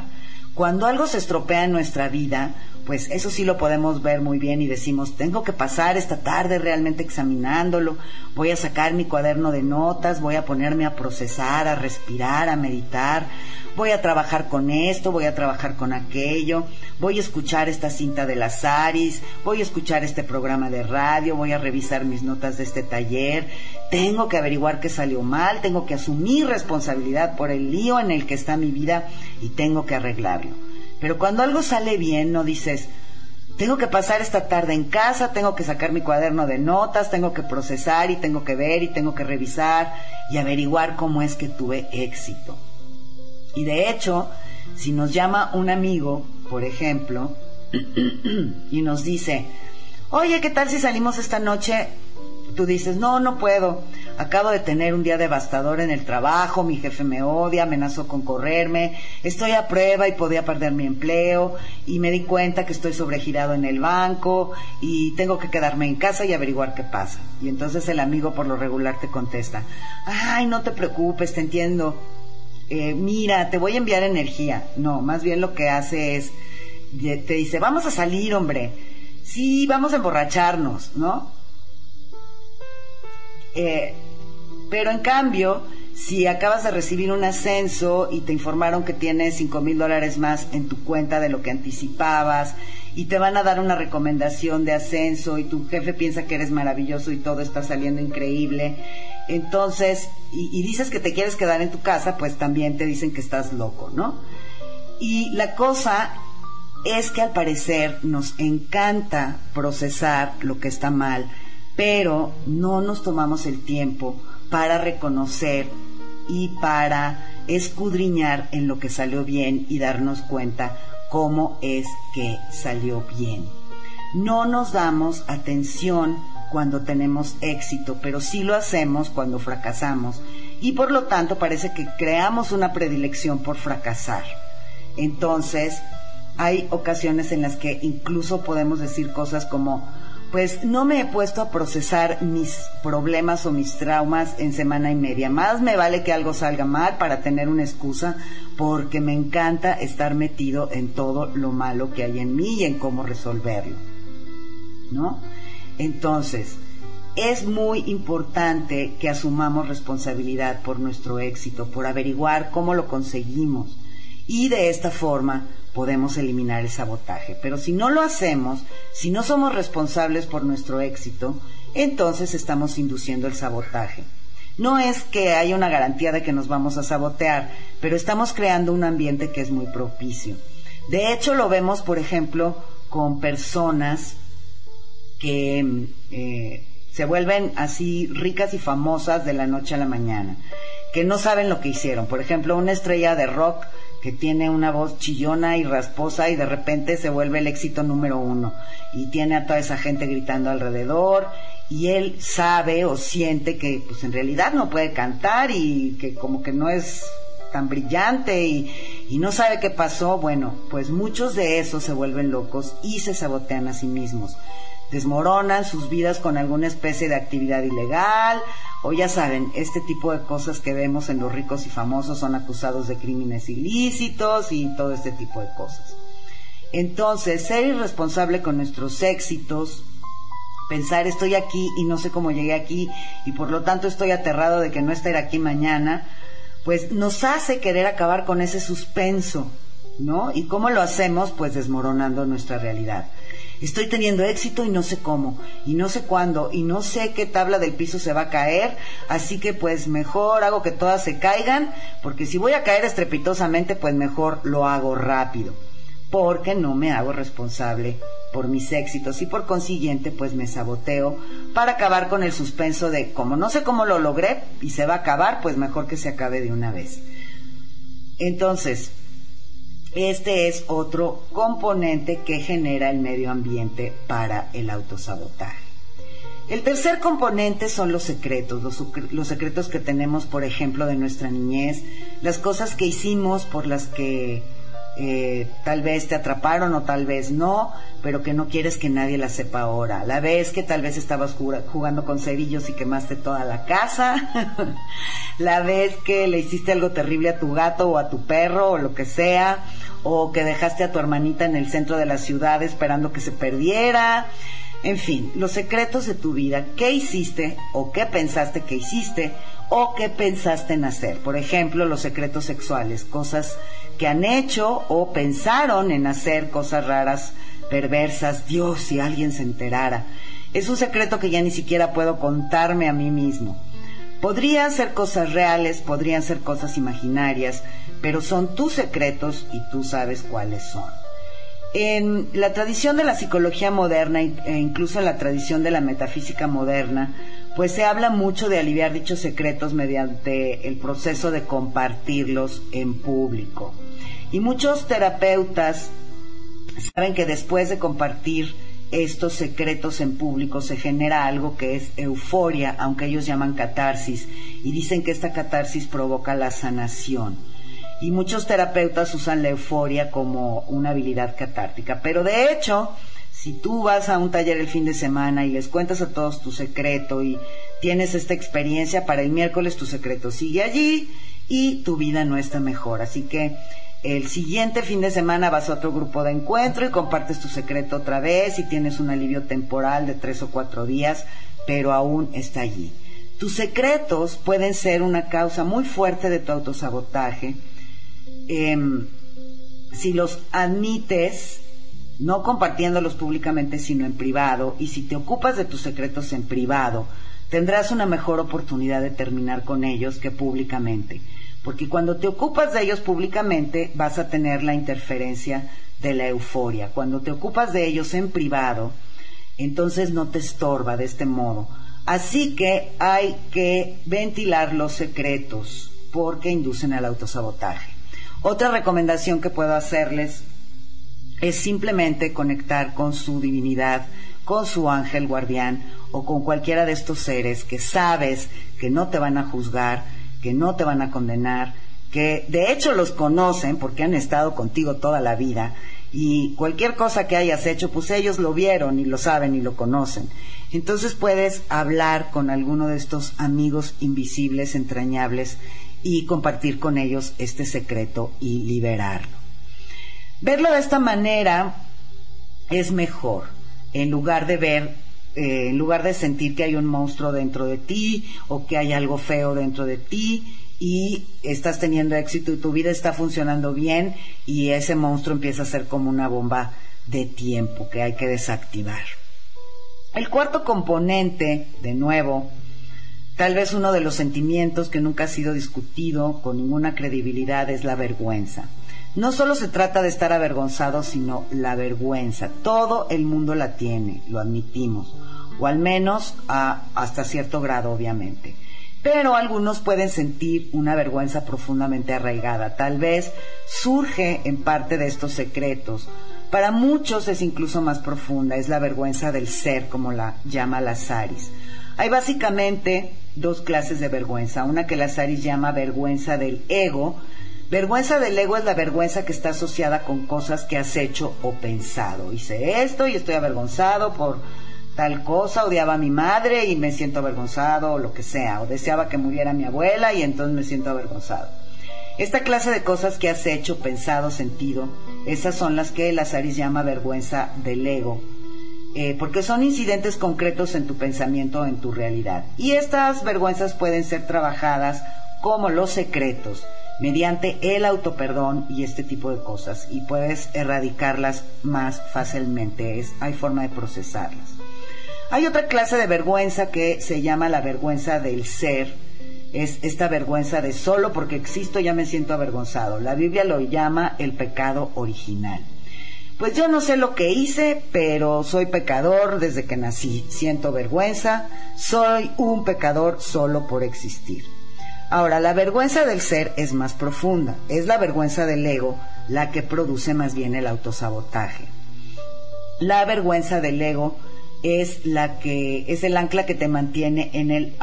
Cuando algo se estropea en nuestra vida, pues eso sí lo podemos ver muy bien y decimos, tengo que pasar esta tarde realmente examinándolo, voy a sacar mi cuaderno de notas, voy a ponerme a procesar, a respirar, a meditar, voy a trabajar con esto, voy a trabajar con aquello, voy a escuchar esta cinta de las Aris, voy a escuchar este programa de radio, voy a revisar mis notas de este taller, tengo que averiguar qué salió mal, tengo que asumir responsabilidad por el lío en el que está mi vida y tengo que arreglarlo. Pero cuando algo sale bien, no dices, tengo que pasar esta tarde en casa, tengo que sacar mi cuaderno de notas, tengo que procesar y tengo que ver y tengo que revisar y averiguar cómo es que tuve éxito. Y de hecho, si nos llama un amigo, por ejemplo, y nos dice, oye, ¿qué tal si salimos esta noche? Tú dices, no, no puedo, acabo de tener un día devastador en el trabajo, mi jefe me odia, amenazó con correrme, estoy a prueba y podía perder mi empleo, y me di cuenta que estoy sobregirado en el banco, y tengo que quedarme en casa y averiguar qué pasa. Y entonces el amigo por lo regular te contesta, ay, no te preocupes, te entiendo, eh, mira, te voy a enviar energía. No, más bien lo que hace es, te dice, vamos a salir, hombre, sí, vamos a emborracharnos, ¿no? Eh, pero en cambio, si acabas de recibir un ascenso y te informaron que tienes cinco mil dólares más en tu cuenta de lo que anticipabas y te van a dar una recomendación de ascenso y tu jefe piensa que eres maravilloso y todo está saliendo increíble, entonces, y, y dices que te quieres quedar en tu casa, pues también te dicen que estás loco, ¿no? Y la cosa es que al parecer nos encanta procesar lo que está mal, pero no nos tomamos el tiempo para reconocer y para escudriñar en lo que salió bien y darnos cuenta cómo es que salió bien. No nos damos atención cuando tenemos éxito, pero sí lo hacemos cuando fracasamos y por lo tanto parece que creamos una predilección por fracasar. Entonces, hay ocasiones en las que incluso podemos decir cosas como, pues no me he puesto a procesar mis problemas o mis traumas en semana y media. Más me vale que algo salga mal para tener una excusa, porque me encanta estar metido en todo lo malo que hay en mí y en cómo resolverlo, ¿no? Entonces, es muy importante que asumamos responsabilidad por nuestro éxito, por averiguar cómo lo conseguimos. Y de esta forma podemos eliminar el sabotaje. Pero si no lo hacemos, si no somos responsables por nuestro éxito, entonces estamos induciendo el sabotaje. No es que haya una garantía de que nos vamos a sabotear, pero estamos creando un ambiente que es muy propicio. De hecho, lo vemos, por ejemplo, con personas que eh, se vuelven así ricas y famosas de la noche a la mañana, que no saben lo que hicieron. Por ejemplo, una estrella de rock que tiene una voz chillona y rasposa y de repente se vuelve el éxito número uno y tiene a toda esa gente gritando alrededor y él sabe o siente que pues en realidad no puede cantar y que como que no es tan brillante y, y no sabe qué pasó. Bueno, pues muchos de esos se vuelven locos y se sabotean a sí mismos. Desmoronan sus vidas con alguna especie de actividad ilegal, o ya saben, este tipo de cosas que vemos en los ricos y famosos, son acusados de crímenes ilícitos y todo este tipo de cosas. Entonces, ser irresponsable con nuestros éxitos, pensar estoy aquí y no sé cómo llegué aquí y por lo tanto estoy aterrado de que no estaré aquí mañana, pues nos hace querer acabar con ese suspenso, ¿no? ¿Y cómo lo hacemos? Pues desmoronando nuestra realidad. Estoy teniendo éxito y no sé cómo, y no sé cuándo, y no sé qué tabla del piso se va a caer, así que pues mejor hago que todas se caigan, porque si voy a caer estrepitosamente, pues mejor lo hago rápido, porque no me hago responsable por mis éxitos y por consiguiente pues me saboteo para acabar con el suspenso de como no sé cómo lo logré y se va a acabar, pues mejor que se acabe de una vez. Entonces, este es otro componente que genera el medio ambiente para el autosabotaje. El tercer componente son los secretos, los, los secretos que tenemos, por ejemplo, de nuestra niñez, las cosas que hicimos por las que eh, tal vez te atraparon o tal vez no, pero que no quieres que nadie la sepa ahora. La vez que tal vez estabas jugando con cerillos y quemaste toda la casa. La vez que le hiciste algo terrible a tu gato o a tu perro o lo que sea, o que dejaste a tu hermanita en el centro de la ciudad esperando que se perdiera. En fin, los secretos de tu vida, qué hiciste o qué pensaste que hiciste o qué pensaste en hacer. Por ejemplo, los secretos sexuales, cosas que han hecho o pensaron en hacer, cosas raras, perversas. Dios, si alguien se enterara. Es un secreto que ya ni siquiera puedo contarme a mí mismo. Podrían ser cosas reales, podrían ser cosas imaginarias, pero son tus secretos y tú sabes cuáles son. En la tradición de la psicología moderna e incluso en la tradición de la metafísica moderna, pues se habla mucho de aliviar dichos secretos mediante el proceso de compartirlos en público. Y muchos terapeutas saben que después de compartir estos secretos en público se genera algo que es euforia, aunque ellos llaman catarsis, y dicen que esta catarsis provoca la sanación. Y muchos terapeutas usan la euforia como una habilidad catártica. Pero de hecho, si tú vas a un taller el fin de semana y les cuentas a todos tu secreto y tienes esta experiencia, para el miércoles tu secreto sigue allí y tu vida no está mejor. Así que el siguiente fin de semana vas a otro grupo de encuentro y compartes tu secreto otra vez y tienes un alivio temporal de tres o cuatro días, pero aún está allí. Tus secretos pueden ser una causa muy fuerte de tu autosabotaje. Eh, si los admites, no compartiéndolos públicamente sino en privado, y si te ocupas de tus secretos en privado, tendrás una mejor oportunidad de terminar con ellos que públicamente, porque cuando te ocupas de ellos públicamente vas a tener la interferencia de la euforia. Cuando te ocupas de ellos en privado, entonces no te estorba de este modo. Así que hay que ventilar los secretos porque inducen al autosabotaje. Otra recomendación que puedo hacerles es simplemente conectar con su divinidad, con su ángel guardián o con cualquiera de estos seres que sabes que no te van a juzgar, que no te van a condenar, que de hecho los conocen porque han estado contigo toda la vida, y cualquier cosa que hayas hecho, pues ellos lo vieron y lo saben y lo conocen. Entonces puedes hablar con alguno de estos amigos invisibles, entrañables, y compartir con ellos este secreto y liberarlo. Verlo de esta manera es mejor, en lugar de ver, eh, en lugar de sentir que hay un monstruo dentro de ti o que hay algo feo dentro de ti y estás teniendo éxito y tu vida está funcionando bien y ese monstruo empieza a ser como una bomba de tiempo que hay que desactivar. El cuarto componente, de nuevo, tal vez uno de los sentimientos que nunca ha sido discutido con ninguna credibilidad, es la vergüenza. No solo se trata de estar avergonzado, sino la vergüenza. Todo el mundo la tiene, lo admitimos, o al menos a, hasta cierto grado, obviamente. Pero algunos pueden sentir una vergüenza profundamente arraigada. Tal vez surge en parte de estos secretos. Para muchos es incluso más profunda, es la vergüenza del ser, como la llama Lazaris. Hay básicamente dos clases de vergüenza, una que Lazaris llama vergüenza del ego. Vergüenza del ego es la vergüenza que está asociada con cosas que has hecho o pensado. Hice esto y estoy avergonzado por tal cosa, odiaba a mi madre y me siento avergonzado, o lo que sea, o deseaba que muriera mi abuela y entonces me siento avergonzado. Esta clase de cosas que has hecho, pensado, sentido, esas son las que Lazaris llama vergüenza del ego. Eh, porque son incidentes concretos en tu pensamiento o en tu realidad. Y estas vergüenzas pueden ser trabajadas como los secretos, mediante el autoperdón y este tipo de cosas, y puedes erradicarlas más fácilmente. Es, hay forma de procesarlas. Hay otra clase de vergüenza que se llama la vergüenza del ser. Es esta vergüenza de solo porque existo ya me siento avergonzado. La Biblia lo llama el pecado original. Pues yo no sé lo que hice, pero soy pecador desde que nací. Siento vergüenza, soy un pecador solo por existir. Ahora, la vergüenza del ser es más profunda. Es la vergüenza del ego la que produce más bien el autosabotaje. La vergüenza del ego es la que es el ancla que te mantiene en el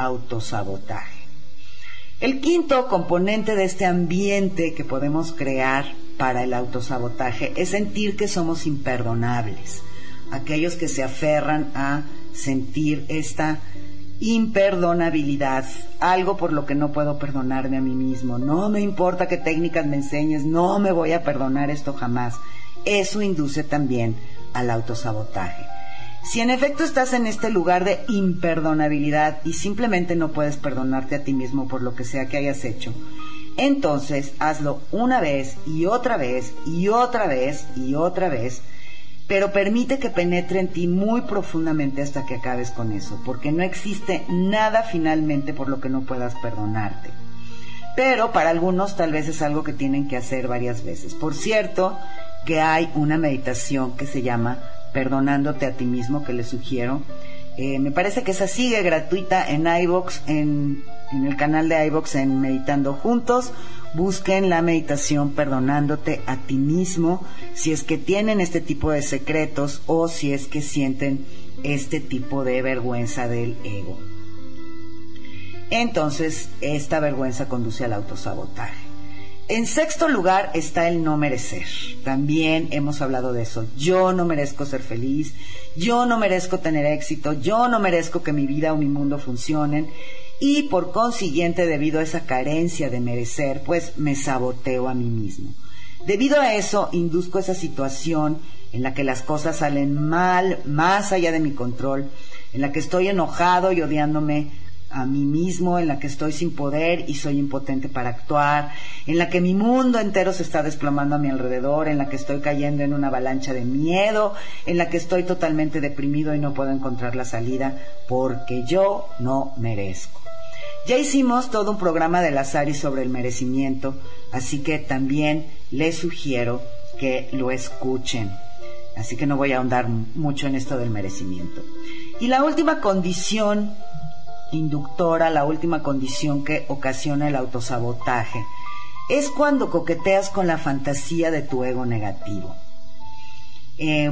autosabotaje. El quinto componente de este ambiente que podemos crear para el autosabotaje es sentir que somos imperdonables. Aquellos que se aferran a sentir esta imperdonabilidad, algo por lo que no puedo perdonarme a mí mismo. No me importa qué técnicas me enseñes, no me voy a perdonar esto jamás. Eso induce también al autosabotaje. Si en efecto estás en este lugar de imperdonabilidad y simplemente no puedes perdonarte a ti mismo por lo que sea que hayas hecho, entonces hazlo una vez y otra vez y otra vez y otra vez, pero permite que penetre en ti muy profundamente hasta que acabes con eso, porque no existe nada finalmente por lo que no puedas perdonarte. Pero para algunos tal vez es algo que tienen que hacer varias veces. Por cierto, que hay una meditación que se llama Perdonándote a ti mismo, que les sugiero. Eh, me parece que esa sigue gratuita en iVoox, en, en el canal de iVoox en Meditando Juntos. Busquen la meditación Perdonándote a ti mismo, si es que tienen este tipo de secretos o si es que sienten este tipo de vergüenza del ego. Entonces, esta vergüenza conduce al autosabotaje. En sexto lugar está el no merecer. También hemos hablado de eso. Yo no merezco ser feliz, yo no merezco tener éxito, yo no merezco que mi vida o mi mundo funcionen, y por consiguiente, debido a esa carencia de merecer, pues me saboteo a mí mismo. Debido a eso, induzco esa situación en la que las cosas salen mal, más allá de mi control, en la que estoy enojado y odiándome a mí mismo, en la que estoy sin poder y soy impotente para actuar, en la que mi mundo entero se está desplomando a mi alrededor, en la que estoy cayendo en una avalancha de miedo, en la que estoy totalmente deprimido y no puedo encontrar la salida porque yo no merezco. Ya hicimos todo un programa de Lazari sobre el merecimiento, así que también les sugiero que lo escuchen. Así que no voy a ahondar mucho en esto del merecimiento. Y la última condición inductora, la última condición que ocasiona el autosabotaje, es cuando coqueteas con la fantasía de tu ego negativo. Eh,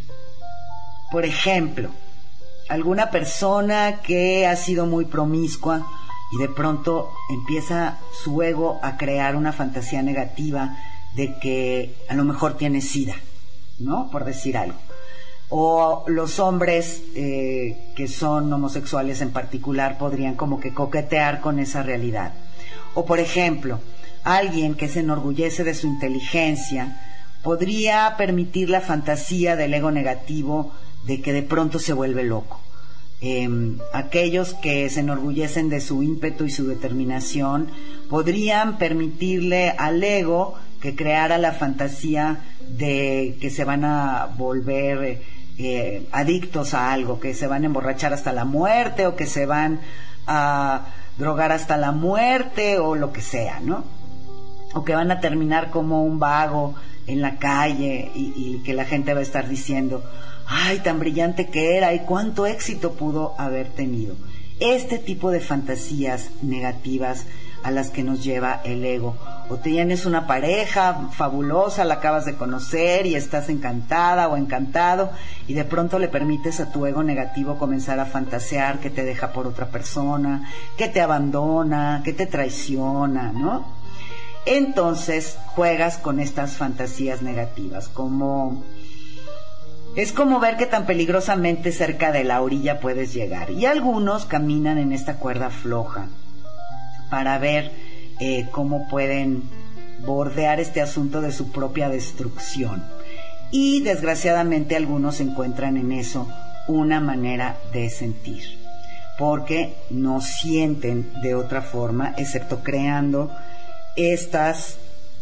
por ejemplo, alguna persona que ha sido muy promiscua y de pronto empieza su ego a crear una fantasía negativa de que a lo mejor tiene SIDA, ¿no? Por decir algo. O los hombres eh, que son homosexuales en particular podrían como que coquetear con esa realidad. O por ejemplo, alguien que se enorgullece de su inteligencia podría permitir la fantasía del ego negativo de que de pronto se vuelve loco. Eh, aquellos que se enorgullecen de su ímpetu y su determinación podrían permitirle al ego que creara la fantasía de que se van a volver eh, adictos a algo, que se van a emborrachar hasta la muerte o que se van a drogar hasta la muerte o lo que sea, ¿no? O que van a terminar como un vago en la calle y, y que la gente va a estar diciendo: ¡ay, tan brillante que era! ¿Y cuánto éxito pudo haber tenido? Este tipo de fantasías negativas a las que nos lleva el ego. O tienes una pareja fabulosa, la acabas de conocer y estás encantada o encantado, y de pronto le permites a tu ego negativo comenzar a fantasear que te deja por otra persona, que te abandona, que te traiciona, ¿no? Entonces juegas con estas fantasías negativas, como... es como ver qué tan peligrosamente cerca de la orilla puedes llegar. Y algunos caminan en esta cuerda floja para ver eh, cómo pueden bordear este asunto de su propia destrucción. Y desgraciadamente algunos encuentran en eso una manera de sentir, porque no sienten de otra forma, excepto creando estas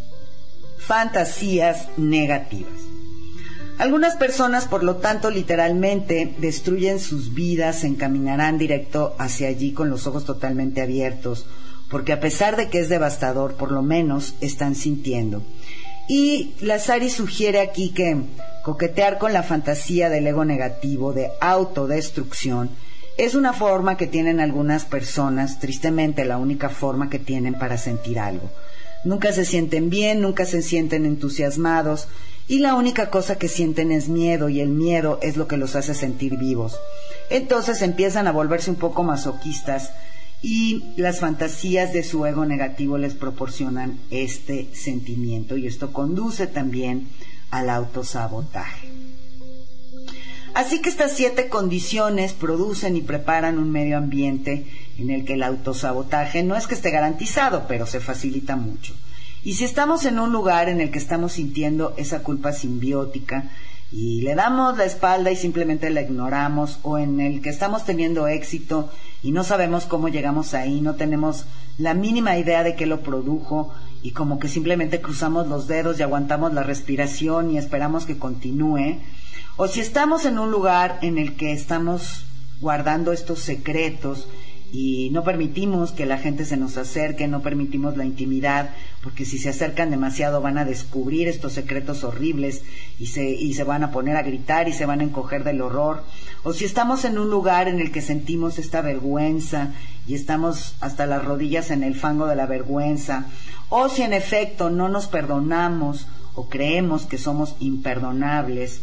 fantasías negativas. Algunas personas, por lo tanto, literalmente destruyen sus vidas, se encaminarán directo hacia allí con los ojos totalmente abiertos, porque a pesar de que es devastador, por lo menos están sintiendo. Y Lazari sugiere aquí que coquetear con la fantasía del ego negativo, de autodestrucción, es una forma que tienen algunas personas, tristemente la única forma que tienen para sentir algo. Nunca se sienten bien, nunca se sienten entusiasmados, y la única cosa que sienten es miedo, y el miedo es lo que los hace sentir vivos. Entonces empiezan a volverse un poco masoquistas y las fantasías de su ego negativo les proporcionan este sentimiento y esto conduce también al autosabotaje. Así que estas siete condiciones producen y preparan un medio ambiente en el que el autosabotaje no es que esté garantizado, pero se facilita mucho. Y si estamos en un lugar en el que estamos sintiendo esa culpa simbiótica y le damos la espalda y simplemente la ignoramos, o en el que estamos teniendo éxito y no sabemos cómo llegamos ahí, no tenemos la mínima idea de qué lo produjo y como que simplemente cruzamos los dedos y aguantamos la respiración y esperamos que continúe, o si estamos en un lugar en el que estamos guardando estos secretos y no permitimos que la gente se nos acerque, no permitimos la intimidad, porque si se acercan demasiado van a descubrir estos secretos horribles y se, y se van a poner a gritar y se van a encoger del horror. O si estamos en un lugar en el que sentimos esta vergüenza y estamos hasta las rodillas en el fango de la vergüenza, o si en efecto no nos perdonamos o creemos que somos imperdonables,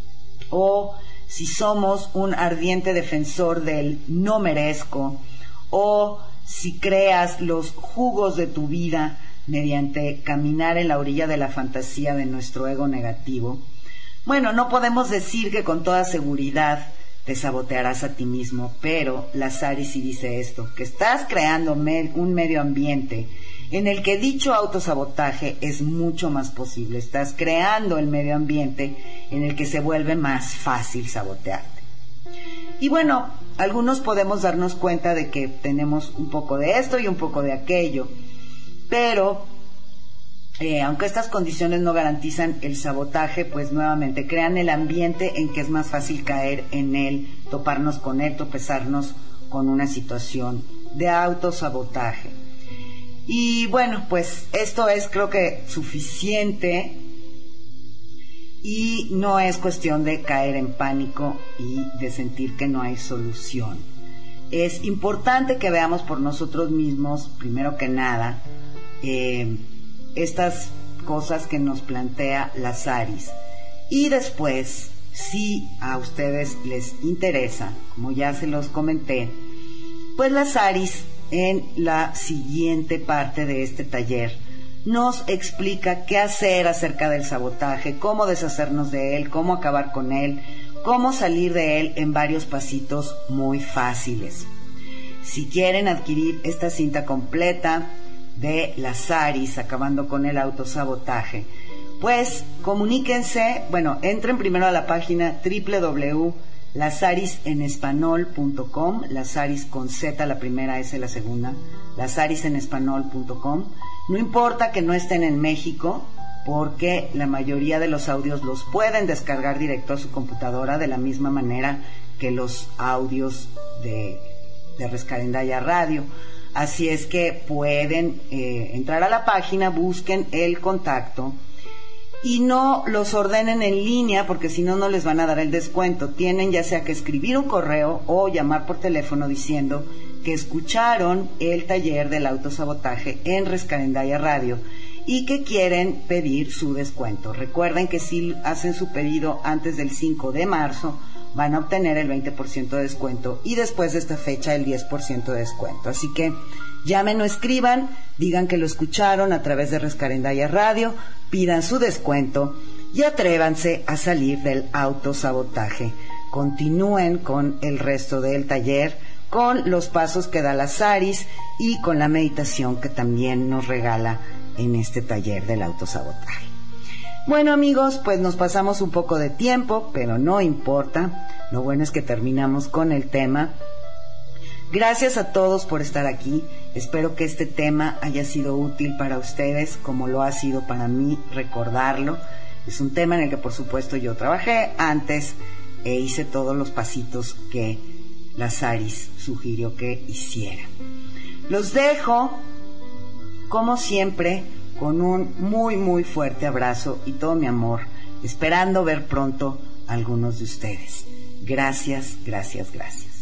o si somos un ardiente defensor del no merezco, o si creas los jugos de tu vida mediante caminar en la orilla de la fantasía de nuestro ego negativo, bueno, no podemos decir que con toda seguridad te sabotearás a ti mismo, pero la Sari sí dice esto, que estás creando me- un medio ambiente en el que dicho autosabotaje es mucho más posible. Estás creando el medio ambiente en el que se vuelve más fácil sabotearte. Y bueno, algunos podemos darnos cuenta de que tenemos un poco de esto y un poco de aquello, pero eh, aunque estas condiciones no garantizan el sabotaje, pues nuevamente crean el ambiente en que es más fácil caer en él, toparnos con él, tropezarnos con una situación de autosabotaje. Y bueno, pues esto es creo que suficiente y no es cuestión de caer en pánico y de sentir que no hay solución. Es importante que veamos por nosotros mismos, primero que nada, eh, estas cosas que nos plantea la Saris. Y después, si a ustedes les interesa, como ya se los comenté, pues la Saris en la siguiente parte de este taller nos explica qué hacer acerca del sabotaje, cómo deshacernos de él, cómo acabar con él, cómo salir de él en varios pasitos muy fáciles. Si quieren adquirir esta cinta completa de la Saris, acabando con el autosabotaje, pues comuníquense, bueno, entren primero a la página doble u doble u doble u punto la saris en español punto com, la Saris con Z, la primera S, la segunda, la saris en español punto com. No importa que no estén en México, porque la mayoría de los audios los pueden descargar directo a su computadora de la misma manera que los audios de, de Rescarendaya Radio. Así es que pueden eh, entrar a la página, busquen el contacto y no los ordenen en línea, porque si no, no les van a dar el descuento. Tienen ya sea que escribir un correo o llamar por teléfono diciendo que escucharon el taller del autosabotaje en Rescarendaya Radio y que quieren pedir su descuento. Recuerden que si hacen su pedido antes del cinco de marzo, van a obtener el veinte por ciento de descuento y después de esta fecha el diez por ciento de descuento. Así que llamen o escriban, digan que lo escucharon a través de Rescarendaya Radio, pidan su descuento y atrévanse a salir del autosabotaje. Continúen con el resto del taller, con los pasos que da la Saris y con la meditación que también nos regala en este taller del autosabotaje. Bueno, amigos, pues nos pasamos un poco de tiempo, pero no importa. Lo bueno es que terminamos con el tema. Gracias a todos por estar aquí. Espero que este tema haya sido útil para ustedes, como lo ha sido para mí recordarlo. Es un tema en el que, por supuesto, yo trabajé antes e hice todos los pasitos que la Saris sugirió que hiciera. Los dejo, como siempre, con un muy, muy fuerte abrazo y todo mi amor, esperando ver pronto a algunos de ustedes. Gracias, gracias, gracias.